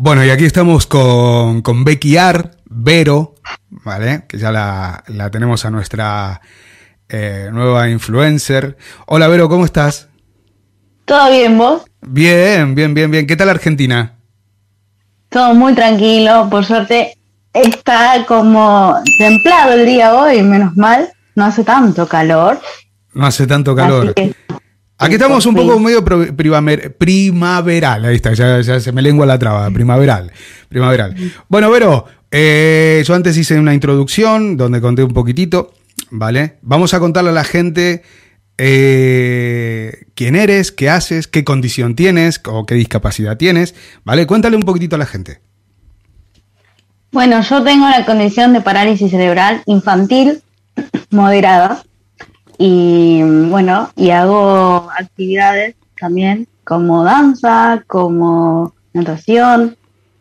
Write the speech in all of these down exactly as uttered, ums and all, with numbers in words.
Bueno, y aquí estamos con, con Becky Ar, Vero, ¿vale? Que ya la, la tenemos a nuestra eh, nueva influencer. Hola, Vero, ¿cómo estás? ¿Todo bien, vos? Bien, bien, bien, bien. ¿Qué tal Argentina? Todo muy tranquilo, por suerte está como templado el día hoy, menos mal, no hace tanto calor. No hace tanto calor. Así que, aquí estamos un poco medio primaver, primaveral, ahí está, ya, ya se me lengua la traba, primaveral, primaveral. Bueno, Vero, eh, yo antes hice una introducción donde conté un poquitito, ¿vale? Vamos a contarle a la gente eh, quién eres, qué haces, qué condición tienes o qué discapacidad tienes, ¿vale? Cuéntale un poquitito a la gente. Bueno, yo tengo la condición de parálisis cerebral infantil moderada. Y bueno, y hago actividades también como danza, como natación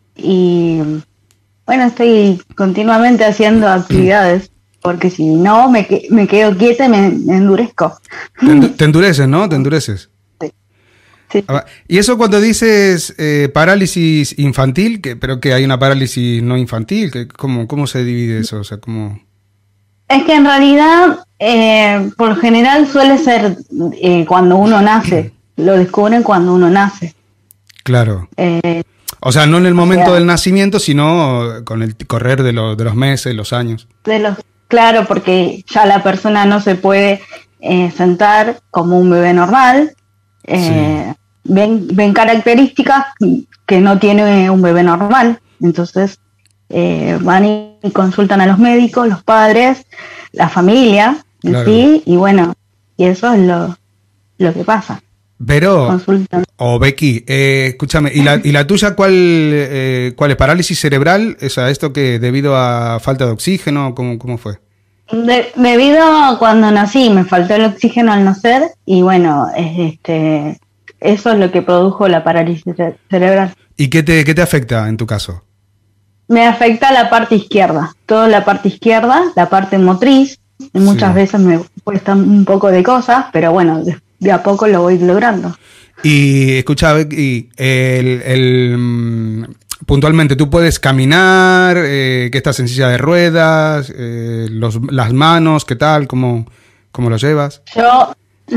y bueno, estoy continuamente haciendo actividades porque si no me, me quedo quieta y me, me endurezco. Te, te endureces, ¿no? Te endureces. Sí. Sí. Y eso cuando dices eh, parálisis infantil, que, pero que hay una parálisis no infantil, que, ¿cómo, ¿cómo se divide eso? O sea, ¿cómo...? Es que en realidad, eh, por lo general suele ser eh, cuando uno nace, lo descubren cuando uno nace. Claro. Eh, o sea, no en el momento o sea, del nacimiento, sino con el correr de, lo, de los meses, los años. De los, claro, porque ya la persona no se puede eh, sentar como un bebé normal. Eh, sí. ven, ven características que no tiene un bebé normal, entonces... Eh, van y consultan a los médicos, los padres, la familia, claro. Sí, y bueno, y eso es lo, lo que pasa. Pero, consultan. O Becky, eh, escúchame, ¿y la, ¿y la tuya cuál, eh, cuál es? ¿Parálisis cerebral? O sea, ¿esto que debido a falta de oxígeno? ¿Cómo, cómo fue? De, debido a cuando nací, me faltó el oxígeno al nacer, y bueno, este, eso es lo que produjo la parálisis cerebral. ¿Y qué te, qué te afecta en tu caso? Me afecta la parte izquierda, toda la parte izquierda, la parte motriz. Muchas sí. veces me cuesta un poco de cosas, pero bueno, de, de a poco lo voy logrando. Y escucha, Becky, el, el, puntualmente, ¿tú puedes caminar? Eh, ¿Qué estás en silla de ruedas? Eh, los, ¿Las manos? ¿Qué tal? ¿Cómo, cómo lo llevas? Yo,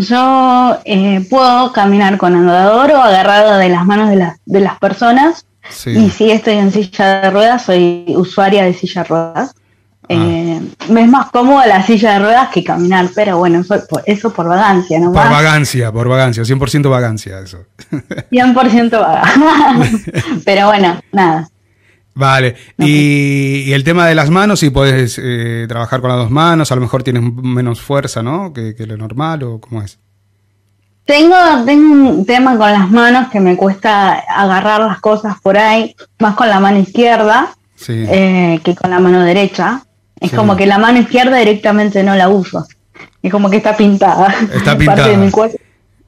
yo eh, puedo caminar con andador o agarrado de las manos de, la, de las personas. Sí. Y si estoy en silla de ruedas, soy usuaria de silla de ruedas. Ah. Eh, me es más cómoda la silla de ruedas que caminar, pero bueno, eso, eso por vagancia, ¿no? Por vagancia, por vagancia, cien por ciento vagancia, eso. cien por ciento vaga. Pero bueno, nada. Vale, no, y, y el tema de las manos, si puedes eh, trabajar con las dos manos, a lo mejor tienes menos fuerza, ¿no? Que, que lo normal, ¿o cómo es? Tengo, tengo un tema con las manos que me cuesta agarrar las cosas por ahí, más con la mano izquierda sí. eh, que con la mano derecha. Es sí. como que la mano izquierda directamente no la uso. Es como que está pintada. Está pintada. Parte de mi cuerpo.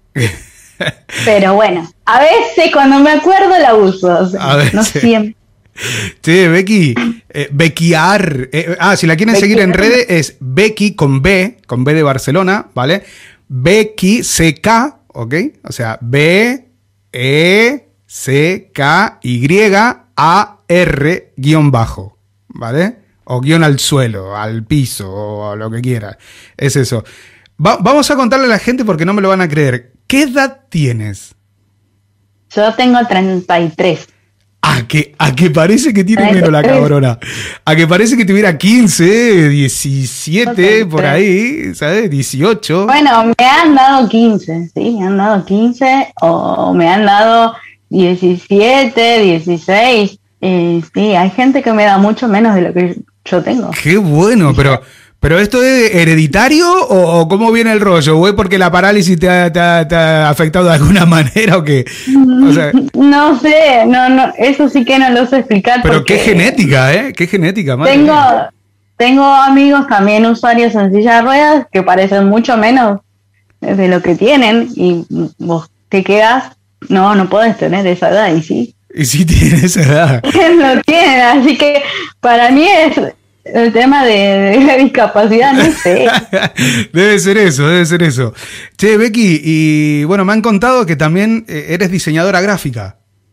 Pero bueno, a veces cuando me acuerdo la uso. O sea, a veces. No siempre. Sí, Becky, eh, Becky Ar. Eh, ah, si la quieren Becky seguir en redes es Becky con B, con B de Barcelona, ¿vale? Becky C K, ¿ok? O sea, B E C K Y A R guión bajo, ¿vale? O guión al suelo, al piso, o a lo que quiera. Es eso. Va- vamos a contarle a la gente porque no me lo van a creer. ¿Qué edad tienes? Yo tengo treinta y tres. A que, a que parece que tiene menos la cabrona. A que parece que tuviera quince, diecisiete, por ahí, ¿sabes? dieciocho. Bueno, me han dado quince, sí, me han dado quince o me han dado diecisiete, dieciséis. Eh, sí, hay gente que me da mucho menos de lo que yo tengo. Qué bueno, pero... ¿Pero esto es hereditario o, o cómo viene el rollo? ¿O es porque la parálisis te ha, te ha, te ha afectado de alguna manera o qué? O sea, no sé, no, no, eso sí que no lo sé explicar. Pero qué genética, ¿eh? Qué genética, madre. Tengo, tengo amigos también usuarios en silla de ruedas que parecen mucho menos de lo que tienen y vos te quedas, no, no podés tener esa edad y sí. Y sí tiene esa edad. Lo tienen, así que para mí es... El tema de, de la discapacidad, no sé. Debe ser eso, debe ser eso. Che, Becky, y bueno, me han contado que también eres diseñadora gráfica.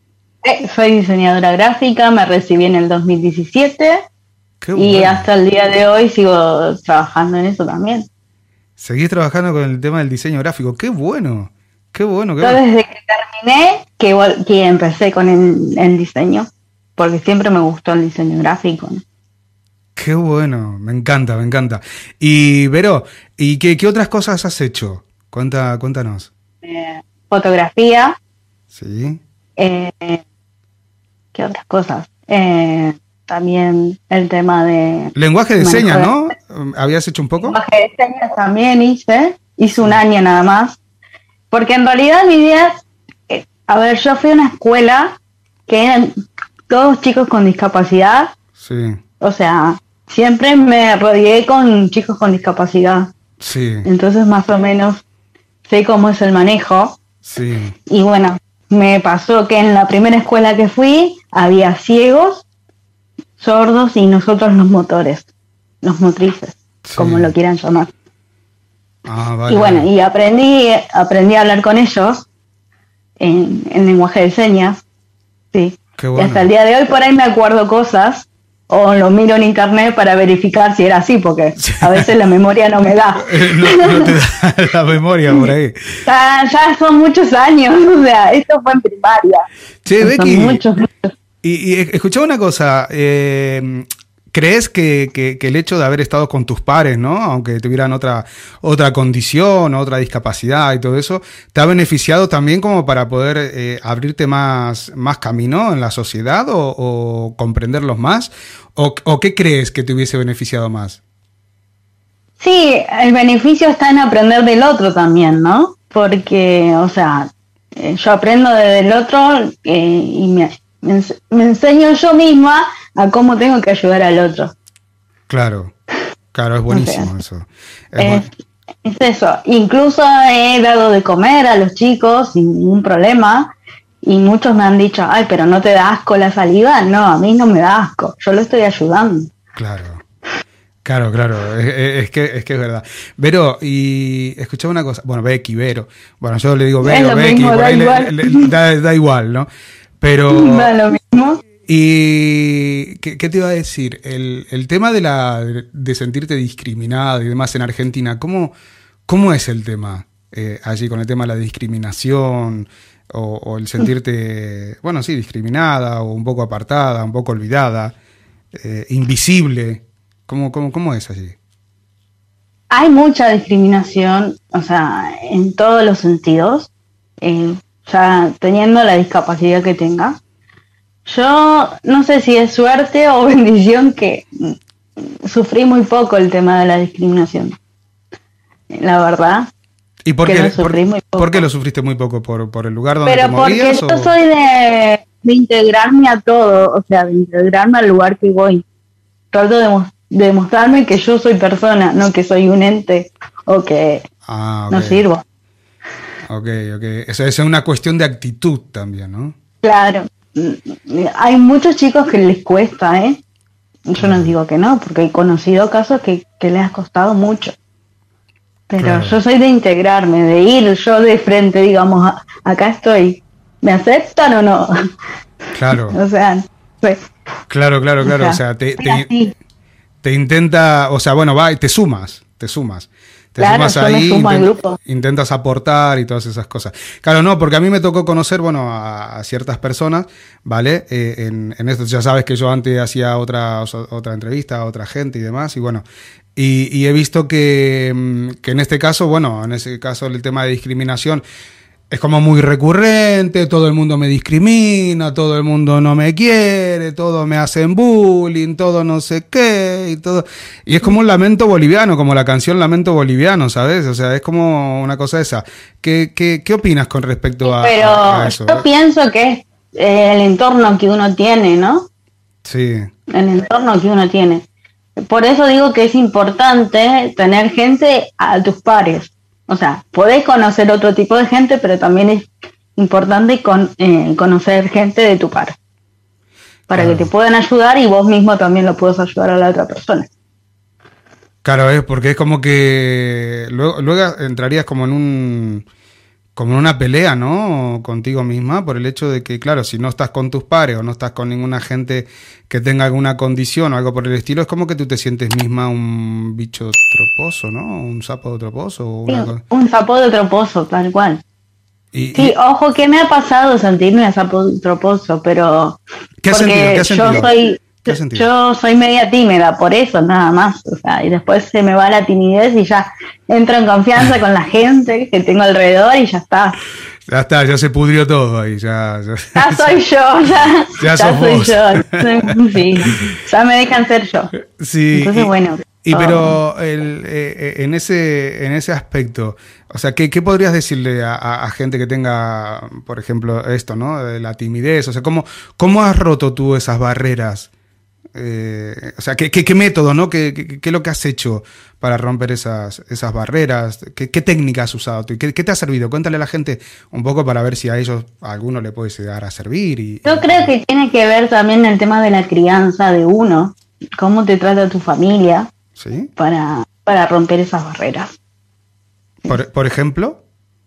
Eh, soy diseñadora gráfica, me recibí en el dos mil diecisiete Qué y bueno. hasta el día de hoy sigo trabajando en eso también. Seguís trabajando con el tema del diseño gráfico. Qué bueno. Qué bueno, qué Yo bueno. desde que terminé que, vol- que empecé con el, el diseño, porque siempre me gustó el diseño gráfico, ¿no? Qué bueno. Me encanta, me encanta. Y, Vero, ¿y qué, qué otras cosas has hecho? Cuenta, cuéntanos. Eh, fotografía, Sí. eh, ¿qué otras cosas? Eh, también el tema de Lenguaje de manejo señas, de ¿no? ¿Habías hecho un poco? lenguaje de señas también hice, hice un año nada más, porque en realidad mi idea, eh, a ver, yo fui a una escuela que eran todos chicos con discapacidad, Sí, o sea, siempre me rodeé con chicos con discapacidad, sí, entonces más o menos sé cómo es el manejo. sí. Y bueno, me pasó que en la primera escuela que fui había ciegos, sordos y nosotros los motores, los motrices, Sí. como lo quieran llamar. Ah, vale. Y bueno, vale. y aprendí, aprendí a hablar con ellos en, en lenguaje de señas, sí. Qué Y bueno. hasta el día de hoy por ahí me acuerdo cosas o lo miro en internet para verificar si era así, porque a veces la memoria no me da. no, no te da la memoria por ahí. Ya, ya son muchos años, o sea, esto fue en primaria. Che, Son Becky, muchos, muchos. y, y escuchaba una cosa. eh, ¿Crees que, que- que el hecho de haber estado con tus pares, ¿no? Aunque tuvieran otra, otra condición, otra discapacidad y todo eso, te ha beneficiado también como para poder eh, abrirte más, más camino en la sociedad o, o comprenderlos más? ¿O, o qué crees que te hubiese beneficiado más? Sí, el beneficio está en aprender del otro también, ¿no? Porque, o sea, eh, yo aprendo del otro eh, y me, me, ens- me enseño yo misma a cómo tengo que ayudar al otro. Claro, claro, es buenísimo eso. Es Es, bu- es eso. Incluso he dado de comer a los chicos sin ningún problema y muchos me han dicho, ay, pero ¿no te da asco la saliva? No, a mí no me da asco, yo lo estoy ayudando. Claro. Claro, claro, es, es- es que, es que es verdad. Vero, y escuchaba una cosa, bueno, Becky, Vero, bueno, yo le digo Es Vero, lo Becky, mismo, por da ahí le- igual. le- da, da igual, ¿no? Pero, Da lo mismo. y, ¿qué, qué te iba a decir? El, el tema de, la, de sentirte discriminado y demás en Argentina, ¿cómo, cómo es el tema eh, allí con el tema de la discriminación o, o el sentirte, bueno, sí, discriminada o un poco apartada, un poco olvidada, eh, invisible? ¿Cómo, cómo, cómo es allí? Hay mucha discriminación, o sea, en todos los sentidos, eh, ya teniendo la discapacidad que tenga. Yo no sé si es suerte o bendición que mm, sufrí muy poco el tema de la discriminación, la verdad, ¿Y por que qué, lo por, sufrí muy poco. por qué lo sufriste muy poco? ¿Por, por el lugar donde te Pero porque movías? yo o- soy de, de integrarme a todo, o sea, de integrarme al lugar que voy. Trato de, mos- de mostrarme que yo soy persona, no que soy un ente o que Ah, ok. no sirvo. Ok, ok. Eso es una cuestión de actitud también, ¿no? Claro, mm, hay muchos chicos que les cuesta, ¿eh? Yo no digo que no, porque he conocido casos que, que les ha costado mucho. Pero Claro. yo soy de integrarme, de ir yo de frente, digamos, a- acá estoy. ¿Me aceptan o no? Claro, O sea, pues, claro, claro, o claro. sea, O sea, te, soy te, así. te intenta, o sea, bueno, va y te sumas, te sumas. Te Claro, sumas yo me ahí, sumo al inten- grupo. intentas aportar y todas esas cosas. Claro, no, porque a mí me tocó conocer, bueno, a, a ciertas personas, ¿vale? Eh, en, en esto ya sabes que yo antes hacía otra, otra entrevista a otra gente y demás, y bueno, y, y he visto que, mm, que en este caso, bueno, en ese caso el tema de discriminación es como muy recurrente, todo el mundo me discrimina, todo el mundo no me quiere, todo me hacen bullying, todo no sé qué, y todo. Y es como un lamento boliviano, como la canción Lamento Boliviano, ¿sabes? O sea, es como una cosa esa. ¿Qué, qué, qué opinas con respecto a, Pero a- a eso? yo pienso que es eh, el entorno que uno tiene, ¿no? Sí, El entorno que uno tiene. Por eso digo que es importante tener gente a tus pares. O sea, podés conocer otro tipo de gente, pero también es importante con, eh, conocer gente de tu par. Para Claro. que te puedan ayudar y vos mismo también lo puedas ayudar a la otra persona. claro, es porque es como que luego, luego entrarías como en un como una pelea, ¿no? Contigo misma, por el hecho de que, claro, si no estás con tus pares o no estás con ninguna gente que tenga alguna condición o algo por el estilo, es como que tú te sientes misma un bicho troposo, ¿no? Un sapo de troposo. O una Sí, cosa. un sapo de troposo, tal cual. Y, Sí, y- ojo, que me ha pasado sentirme a sapo troposo, pero ¿Qué has porque sentido? ¿Qué has yo sentido? soy ¿Qué has sentido? yo soy media tímida, por eso nada más, o sea, y después se me va la timidez y ya entro en confianza con la gente que tengo alrededor y ya está. Ya está, ya se pudrió todo ahí, ya... ya- Ya soy yo, ya, Ya ya, sos soy vos. yo. Sí, ya me dejan ser yo. Sí, Entonces, y, bueno. y todo. pero el, eh, eh, en ese en ese aspecto, o sea, ¿qué, qué podrías decirle a, a- a gente que tenga, por ejemplo, esto, ¿no? De la timidez, o sea, ¿cómo, cómo has roto tú esas barreras? Eh, o sea, ¿qué, qué, qué método, ¿no? ¿Qué, qué, qué es lo que has hecho para romper esas, esas barreras? ¿Qué, qué técnica has usado tú? ¿Qué, qué te ha servido? Cuéntale a la gente un poco para ver si a ellos, a alguno le puede llegar a servir. Y, Yo y- creo que tiene que ver también el tema de la crianza de uno, cómo te trata tu familia ¿Sí? para, para romper esas barreras. Por, por ejemplo,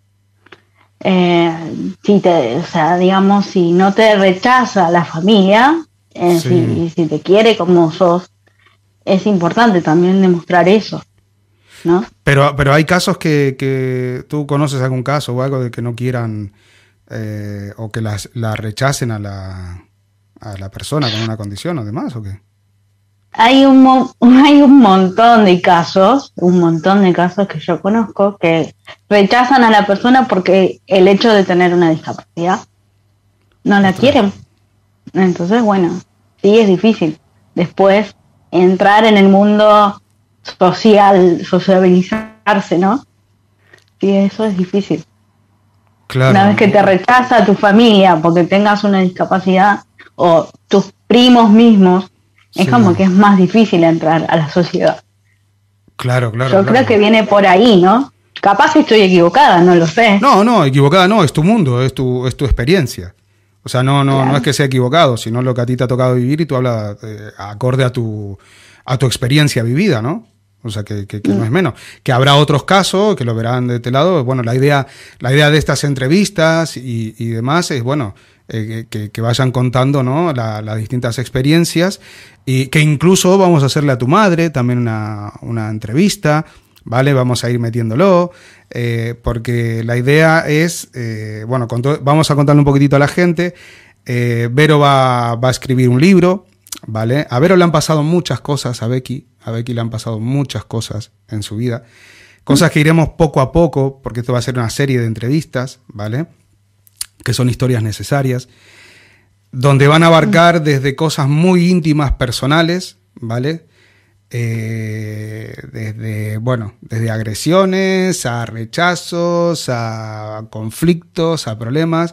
Eh, si te, o sea, digamos, si no te rechaza la familia, eh, Sí. si, si te quiere como sos, es importante también demostrar eso, ¿no? pero, pero hay casos que, que tú conoces algún caso o algo de que no quieran eh, o que las, la rechacen a la, a la persona con una condición o demás, ¿o qué? Hay un, mo- hay un montón de casos, un montón de casos que yo conozco que rechazan a la persona porque el hecho de tener una discapacidad no la Ostras. quieren. Entonces, bueno, sí es difícil. Después entrar en el mundo social, sociabilizarse, ¿no? Sí, eso es difícil. Claro. Una vez que te rechaza tu familia porque tengas una discapacidad o tus primos mismos, es Sí. como que es más difícil entrar a la sociedad. Claro, claro. Yo claro. creo que viene por ahí, ¿no? Capaz que estoy equivocada, no lo sé. No, no, equivocada no, es tu mundo, es tu, es tu experiencia. O sea, no, no, Claro. no es que sea equivocado, sino lo que a ti te ha tocado vivir y tú hablas eh, acorde a tu, a tu experiencia vivida, ¿no? O sea, que, que, que no es menos. Que habrá otros casos que lo verán de este lado. Bueno, la idea, la idea de estas entrevistas y, y demás es, bueno, eh, que, que vayan contando, ¿no? La- las distintas experiencias y que incluso vamos a hacerle a tu madre también una, una entrevista, ¿vale? Vamos a ir metiéndolo, eh, porque la idea es, eh, bueno, con to- vamos a contarle un poquitito a la gente. Eh, Vero va, va a escribir un libro, ¿vale? A Vero le han pasado muchas cosas, a Becky, a Becky le han pasado muchas cosas en su vida, cosas que iremos poco a poco, porque esto va a ser una serie de entrevistas, ¿vale? Que son historias necesarias, donde van a abarcar desde cosas muy íntimas, personales, ¿vale? Eh, desde, bueno, desde agresiones, a rechazos, a conflictos, a problemas.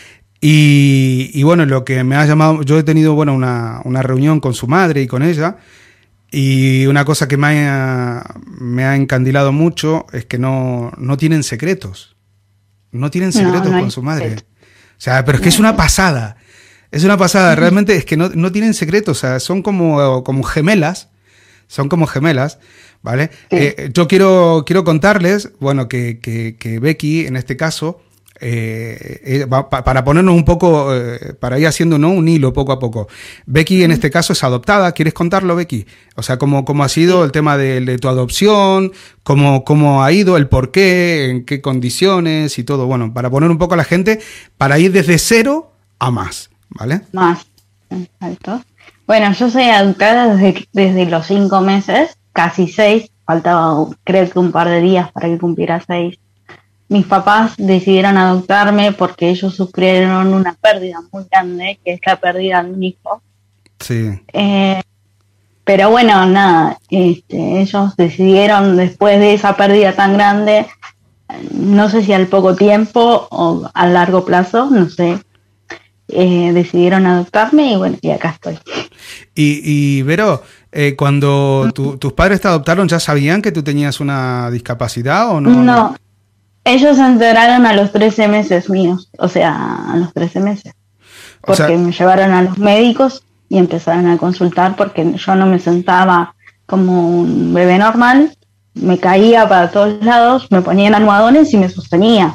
Y, y bueno, lo que me ha llamado, yo he tenido, bueno, una, una reunión con su madre y con ella, y una cosa que me ha, me ha encandilado mucho es que no, no tienen secretos. No tienen No, secretos no hay con su madre. secreto. O sea, pero es que es una pasada. Es una pasada. Realmente es que no, no tienen secretos. O sea, son como, como gemelas. Son como gemelas, ¿vale? Sí. Eh, yo quiero, quiero contarles, bueno, que, que, que Becky, en este caso, eh, eh, va- pa- para ponernos un poco, eh, para ir haciendo, ¿no?, un hilo poco a poco. Becky, en este caso, es adoptada. ¿Quieres contarlo, Becky? O sea, cómo, cómo ha sido el tema de, de tu adopción, cómo, cómo ha ido, el por qué, en qué condiciones y todo. Bueno, para poner un poco a la gente, para ir desde cero a más, ¿vale? Más. Exacto. Bueno, yo soy adoptada desde, desde los cinco meses, casi seis, faltaba creo que un par de días para que cumpliera seis. Mis papás decidieron adoptarme porque ellos sufrieron una pérdida muy grande, que es la pérdida de un hijo. Sí. Eh, pero bueno, nada, este, ellos decidieron después de esa pérdida tan grande, no sé si al poco tiempo o a largo plazo, no sé, eh, decidieron adoptarme y bueno, y acá estoy. Y, y Vero, eh, cuando tu- tus padres te adoptaron, ¿ya sabían que tú tenías una discapacidad o no? No, ellos se enteraron a los trece meses míos, o sea, a los trece meses, O porque sea, me llevaron a los médicos y empezaron a consultar porque yo no me sentaba como un bebé normal, me caía para todos lados, me ponían almohadones y me sostenía.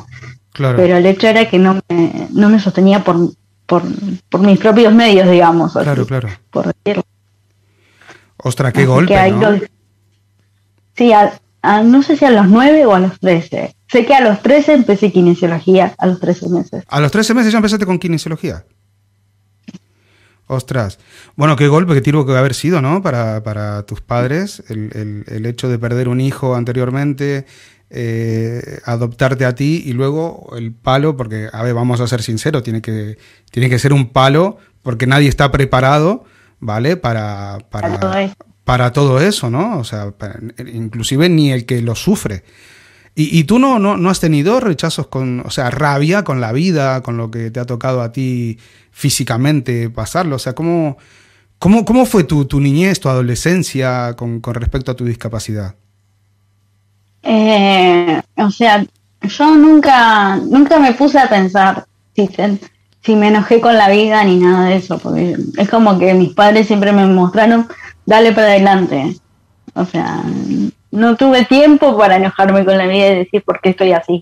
Claro. Pero el hecho era que no me, no me sostenía por, por, por mis propios medios, digamos. Claro, así, claro. Por decirlo. Ostras, qué Así golpe, que ahí ¿no? lo- sí, a- a- no sé si a los nueve o a los trece. Sé que a los trece empecé kinesiología, a los trece meses. A los trece meses ya empezaste con kinesiología. Ostras. Bueno, qué golpe que tuvo que haber sido, ¿no? Para, para tus padres, el, el, el hecho de perder un hijo anteriormente, eh, adoptarte a ti y luego el palo, porque, a ver, vamos a ser sinceros, tiene que, tiene que ser un palo porque nadie está preparado, ¿vale? Para, para, Para todo eso. para todo eso, ¿no? O sea, para- inclusive ni el que lo sufre. Y, y tú no, no, no has tenido rechazos con, o sea, rabia con la vida, con lo que te ha tocado a ti físicamente pasarlo. O sea, ¿cómo, cómo, cómo fue tu, tu niñez, tu adolescencia con, con respecto a tu discapacidad? Eh, o sea, yo nunca, nunca me puse a pensar si, te- si me enojé con la vida ni nada de eso, porque es como que mis padres siempre me mostraron, dale para adelante. O sea, no tuve tiempo para enojarme con la vida y decir por qué estoy así.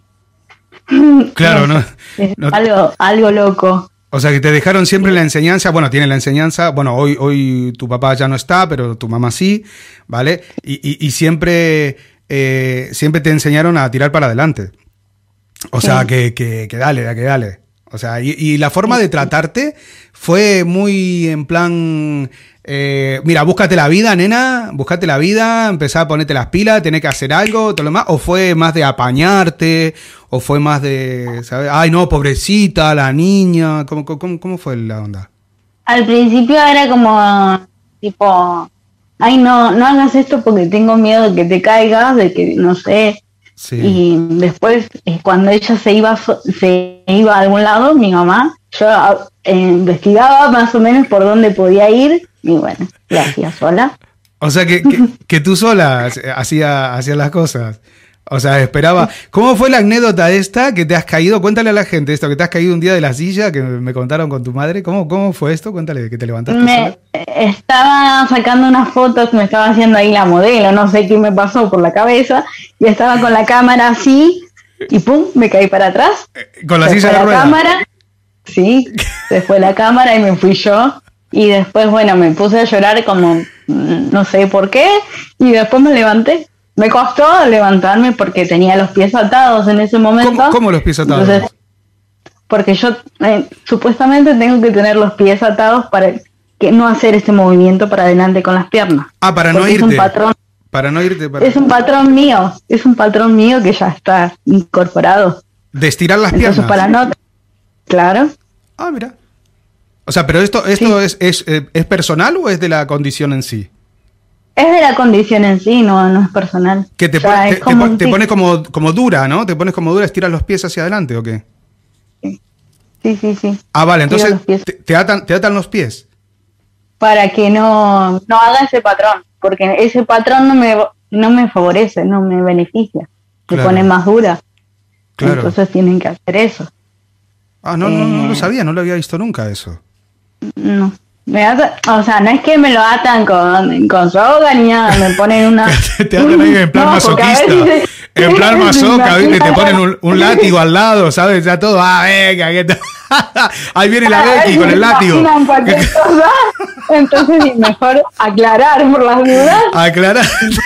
Claro, ¿no? Es No- algo, algo loco. O sea, que te dejaron siempre la enseñanza, bueno, tiene la enseñanza, bueno, hoy, hoy tu papá ya no está, pero tu mamá sí, ¿vale? Y, y, y siempre, eh, siempre te enseñaron a tirar para adelante. O sea, Sí. que, que, que dale, que dale. O sea, y, y la forma de tratarte fue muy en plan, eh, mira, búscate la vida, nena, búscate la vida, empezá a ponerte las pilas, tenés que hacer algo, todo lo demás, o fue más de apañarte, o fue más de, ¿sabes? Ay, no, pobrecita, la niña, ¿cómo, cómo, cómo fue la onda? Al principio era como, tipo, ay, no, no hagas esto porque tengo miedo de que te caigas, de que, no sé. Sí, Y después, eh, cuando ella se iba so- se iba a algún lado, mi mamá, yo ah, eh, investigaba más o menos por dónde podía ir y bueno, lo hacía sola. o sea, que, que, que tú sola hacía, hacía las cosas. O sea, esperaba. ¿Cómo fue la anécdota esta que te has caído? Cuéntale a la gente esto, que te has caído un día de la silla, que me contaron con tu madre. ¿Cómo, cómo fue esto? Cuéntale que te levantaste Me sola. eh, estaba sacando unas fotos, me estaba haciendo ahí la modelo, no sé qué me pasó por la cabeza, y estaba con la cámara así, y pum, me caí para atrás. Con la Se silla fue de la ruedas. cámara, sí, se fue la cámara y me fui yo. Y después, bueno, me puse a llorar como mm, no sé por qué, y después me levanté. Me costó levantarme porque tenía los pies atados en ese momento. ¿Cómo, cómo los pies atados? Entonces, porque yo eh, supuestamente tengo que tener los pies atados para que no hacer este movimiento para adelante con las piernas. Ah, para no Porque irte. Es un patrón, Para no irte. Para... es un patrón mío, es un patrón mío que ya está incorporado. De estirar las Entonces, piernas. para no, claro. Ah, mira. O sea, pero esto, esto es, es, eh, ¿es personal o es de la condición en sí? Es de la condición en sí, no, no es personal. Que te, O sea, pone- es te, te como pon- un te tic. pones como, como dura, ¿no? Te pones como dura, estiras los pies hacia adelante, ¿o qué? Sí, sí, sí. Ah, vale, Estiro entonces los pies. te, te atan, te atan los pies. Para que no, no haga ese patrón, porque ese patrón no me, no me favorece, no me beneficia. Me Claro. pone más dura. Claro. Entonces tienen que hacer eso. Ah, no, no, no, no lo Eh. sabía, no lo había visto nunca eso. No. Me atan- o sea, no es que me lo atan con, con soga ni nada, me ponen una... Te atan ahí en plan No, porque a masoquista. veces- En plan masoca, ¿viste? Te Imagínate. ponen un, un látigo al lado, ¿sabes? Ya todo, ah, venga, ¿qué tal? Ahí viene la Becky con el látigo. Imaginan cualquier cosa. Entonces es mejor aclarar por las dudas. Aclara.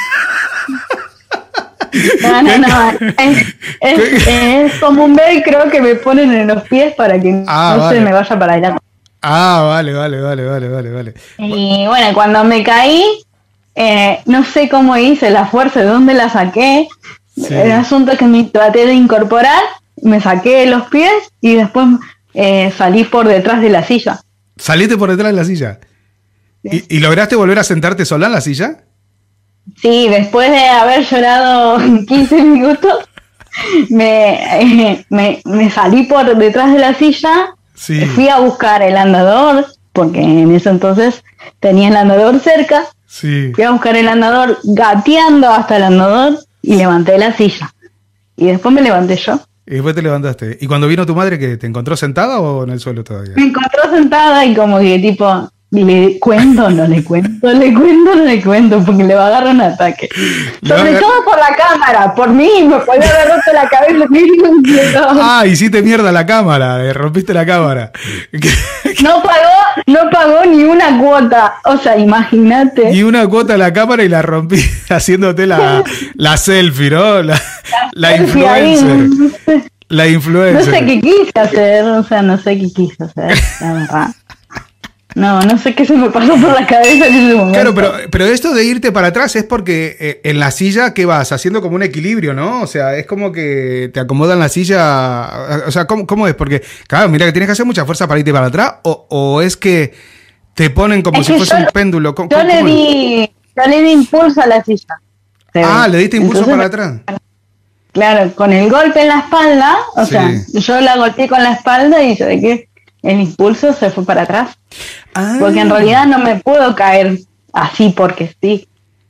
No, no, no. Es, es, es como un velcro que me ponen en los pies para que Ah, no vale. se me vaya para adelante. Ah, vale, vale, vale, vale, vale, vale. Y bueno, cuando me caí, eh, no sé cómo hice la fuerza, de dónde la saqué. Sí. El asunto es que me traté de incorporar, me saqué los pies y después eh, salí por detrás de la silla. Saliste por detrás de la silla. Sí. ¿Y, y lograste volver a sentarte sola en la silla? Sí, después de haber llorado quince minutos, me, eh, me, me salí por detrás de la silla, Sí. fui a buscar el andador, porque en ese entonces tenía el andador cerca, Sí. fui a buscar el andador gateando hasta el andador y levanté la silla. Y después me levanté yo. Y después te levantaste. ¿Y cuando vino tu madre, que te encontró sentada o en el suelo todavía? Me encontró sentada y como que tipo, ¿Le cuento o no le cuento? ¿Le cuento o no le cuento? Porque le va a agarrar un ataque. Sobre No, todo por la cámara, por mí, me podía haber roto la cabeza. Ah, hiciste mierda la cámara, le rompiste la cámara. No pagó, no pagó ni una cuota. O sea, imagínate. Y una cuota a la cámara y la rompí haciéndote la, la selfie, ¿no? La, la selfie ahí, influencer. no sé. La influencer. No sé qué quise hacer, o sea, no sé qué quise hacer, la verdad. No, no sé qué se me pasó por la cabeza en ese momento. Claro, pero, pero esto de irte para atrás es porque eh, en la silla, ¿qué vas? Haciendo como un equilibrio, ¿no? O sea, es como que te acomodan la silla. O sea, ¿cómo, cómo es? Porque, claro, mira que tienes que hacer mucha fuerza para irte para atrás, o, o es que te ponen como Es si que fuese yo- un péndulo. ¿Cómo- Yo cómo le es? di, yo le di impulso a la silla. Ah, le diste impulso Entonces, para atrás. Claro, con el golpe en la espalda, o Sí. sea, yo la golpeé con la espalda y yo de que el impulso se fue para atrás. Ah. Porque en realidad no me puedo caer así porque sí.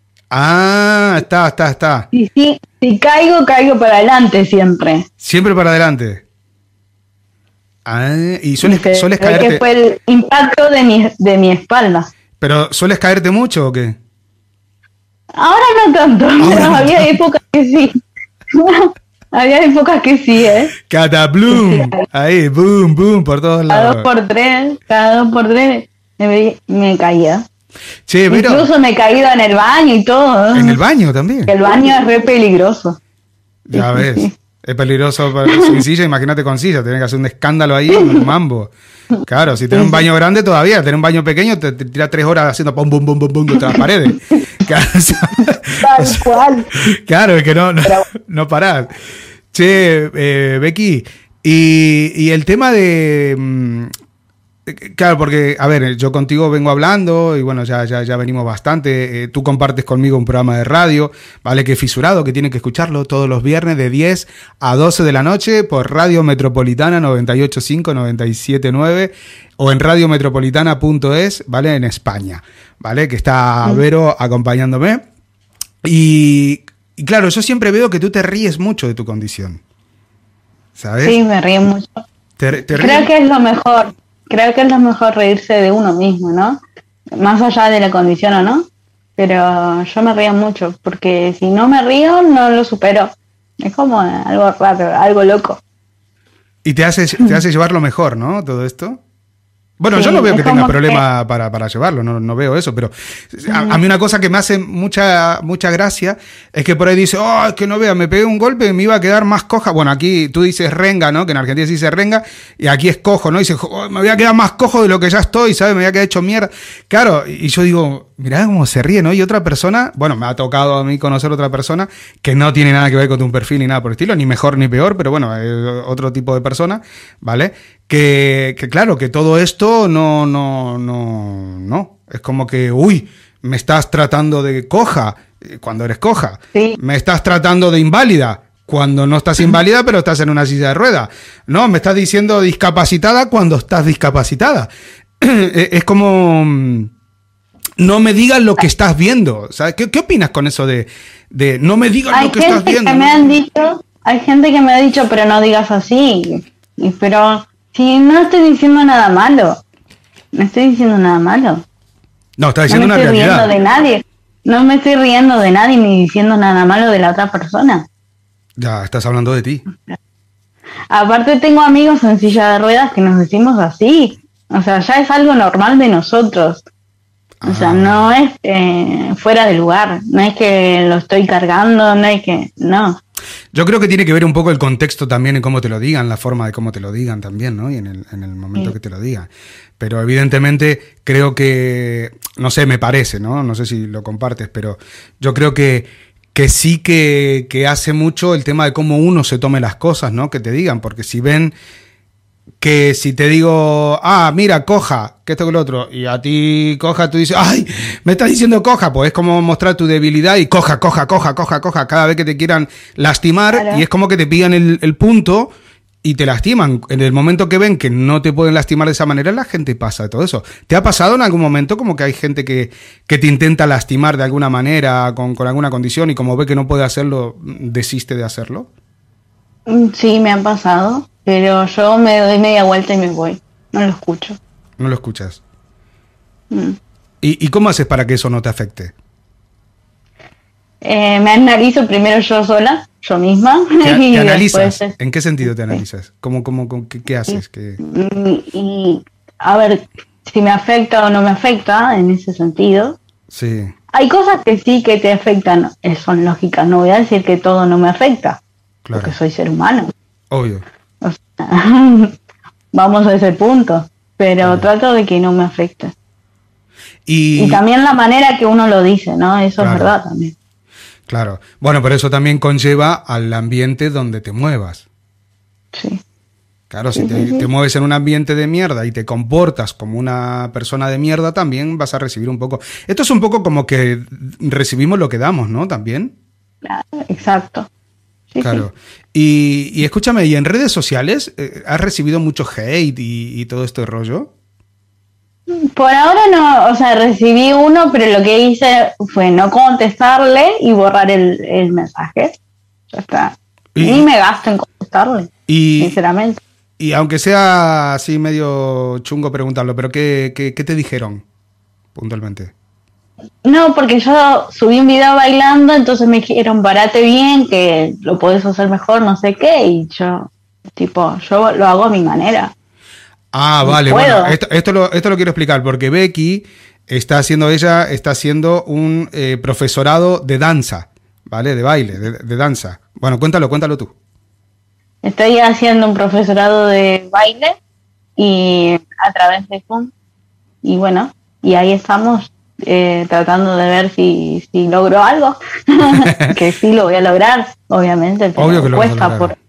Ah, está, está, está. Y sí, si caigo, caigo para adelante siempre. Siempre para adelante. Ah, y sueles, Se sueles ve caerte. que fue el impacto de mi, de mi espalda. Pero ¿sueles caerte mucho o qué? Ahora no tanto, pero no había épocas que sí. Había épocas que sí, ¿eh? Cataplum. Ahí, boom, boom, por todos Cada lados. dos por tres, cada dos por tres me, me caía. Che, pero Incluso me he caído en el baño y todo. en el baño también. El baño es re peligroso. Ya ves. Es peligroso para- sin silla, imagínate con silla, tenés que hacer un escándalo ahí, un mambo. Claro, si tenés un baño grande todavía, tenés un baño pequeño, te, te tiras tres horas haciendo pum, pum, pum, pum, pum contra las paredes. Claro, o sea, Tal cual. claro, es que no, no, no parás. Che, eh, Becky, y, y el tema de... mm, Claro, porque, a ver, yo contigo vengo hablando y bueno, ya, ya, ya venimos bastante. Eh, tú compartes conmigo un programa de radio, ¿vale? Que es Fisurado, que tiene que escucharlo todos los viernes de diez a doce de la noche por Radio Metropolitana noventa y ocho punto cinco, noventa y siete punto nueve o en radiometropolitana punto es, ¿vale? En España, ¿vale? Que está Vero acompañándome. Y, y claro, yo siempre veo que tú te ríes mucho de tu condición, ¿sabes? Sí, me río mucho. Te, te Creo ríes- que es lo mejor. Creo que es lo mejor reírse de uno mismo, ¿no? Más allá de la condición o no. Pero yo me río mucho, porque si no me río, no lo supero. Es como algo raro, algo loco. Y te hace, te hace llevarlo mejor, ¿no? Todo esto. Bueno, Sí, yo no veo es que tenga como problema para, para llevarlo, no, no veo eso, pero a, a mí una cosa que me hace mucha, mucha gracia es que por ahí dice, oh, es que no vea, me pegué un golpe y me iba a quedar más coja. Bueno, aquí tú dices renga, ¿no? Que en Argentina se dice renga y aquí es cojo, ¿no? Y dice, oh, me voy a quedar más cojo de lo que ya estoy, ¿sabes? Me voy a quedar hecho mierda. Claro, y yo digo, mirá cómo se ríe, ¿no? Y otra persona, bueno, me ha tocado a mí conocer otra persona que no tiene nada que ver con tu perfil ni nada por el estilo, ni mejor ni peor, pero bueno, eh, otro tipo de persona, ¿vale? Que, que claro, que todo esto no, no, no, no. Es como que, uy, me estás tratando de coja eh, cuando eres coja. Sí. Me estás tratando de inválida cuando no estás inválida, pero estás en una silla de ruedas. No, me estás diciendo discapacitada cuando estás discapacitada. Es como... No me digas lo que estás viendo. ¿Sabes? ¿Qué, qué opinas con eso de, de no me digas Hay lo que estás gente viendo? que me han dicho, hay gente que me ha dicho, pero no digas así. Y- Pero si no estoy diciendo nada malo, no estoy diciendo nada malo. No, estás No diciendo me una estoy realidad. riendo de nadie. No me estoy riendo de nadie ni diciendo nada malo de la otra persona. Ya, estás hablando de ti. Aparte tengo amigos en silla de ruedas que nos decimos así. O sea, ya es algo normal de nosotros. O sea, Ah. no es eh, fuera de lugar. No es que lo estoy cargando, no es que... No. Yo creo que tiene que ver un poco el contexto también en cómo te lo digan, la forma de cómo te lo digan también, ¿no? Y en el, en el momento Sí. que te lo digan. Pero evidentemente creo que, no sé, me parece, ¿no? No sé si lo compartes, pero yo creo que, que sí que, que hace mucho el tema de cómo uno se tome las cosas, ¿no? Que te digan, porque si ven que si te digo, ah, mira, coja, que esto que lo otro, y a ti coja, tú dices, ay, me estás diciendo coja, pues es como mostrar tu debilidad y coja, coja, coja, coja, coja, cada vez que te quieran lastimar, Claro. y es como que te pillan el, el punto y te lastiman. En el momento que ven que no te pueden lastimar de esa manera, la gente pasa de todo eso. ¿Te ha pasado en algún momento como que hay gente que, que te intenta lastimar de alguna manera, con, con alguna condición, y como ve que no puede hacerlo, desiste de hacerlo? Mm, Sí, me han pasado, pero yo me doy media vuelta y me voy. No lo escucho. No lo escuchas. Mm. ¿Y, ¿Y cómo haces para que eso no te afecte? Eh, me analizo primero yo sola, yo misma. ¿Te, y te analizas? después, ¿En qué sentido te sí. analizas? ¿Cómo, cómo, cómo- qué, qué haces? ¿Qué... Y, y, a ver si me afecta o no me afecta en ese sentido. Sí, Hay cosas que sí que te afectan, eh, son lógicas. No voy a decir que todo no me afecta, claro. porque soy ser humano. Obvio. O sea, vamos a ese punto, pero Claro. trato de que no me afecte. Y, Y también la manera que uno lo dice, ¿no? Eso Claro. es verdad también. claro. Bueno, pero eso también conlleva al ambiente donde te muevas. Sí. Claro, si Sí, te, sí, sí. te mueves en un ambiente de mierda y te comportas como una persona de mierda, también vas a recibir un poco. Esto es un poco como que recibimos lo que damos, ¿no? También. Claro, exacto. Sí, Claro. Y, y escúchame, ¿y en redes sociales eh, has recibido mucho hate y, y todo este rollo? sí. Por ahora no, o sea, recibí uno, pero lo que hice fue no contestarle y borrar el, el mensaje. Ya está. Y- Ni me gasto en contestarle, Y, sinceramente. y aunque sea así medio chungo preguntarlo, pero ¿qué, qué, qué te dijeron puntualmente? No, porque yo subí un video bailando, entonces me dijeron, parate bien, que lo podés hacer mejor, no sé qué, y yo, tipo, yo lo hago a mi manera. Ah, No vale, puedo. bueno, esto, esto, lo, esto lo quiero explicar porque Becky está haciendo, ella está haciendo un eh, profesorado de danza, ¿vale? De baile, de, de danza. Bueno, cuéntalo, cuéntalo tú. Estoy haciendo un profesorado de baile y a través de Zoom, y bueno, y ahí estamos eh, tratando de ver si, si logro algo, que sí lo voy a lograr, obviamente, pero Obvio que lo vas a cuesta lograr. por...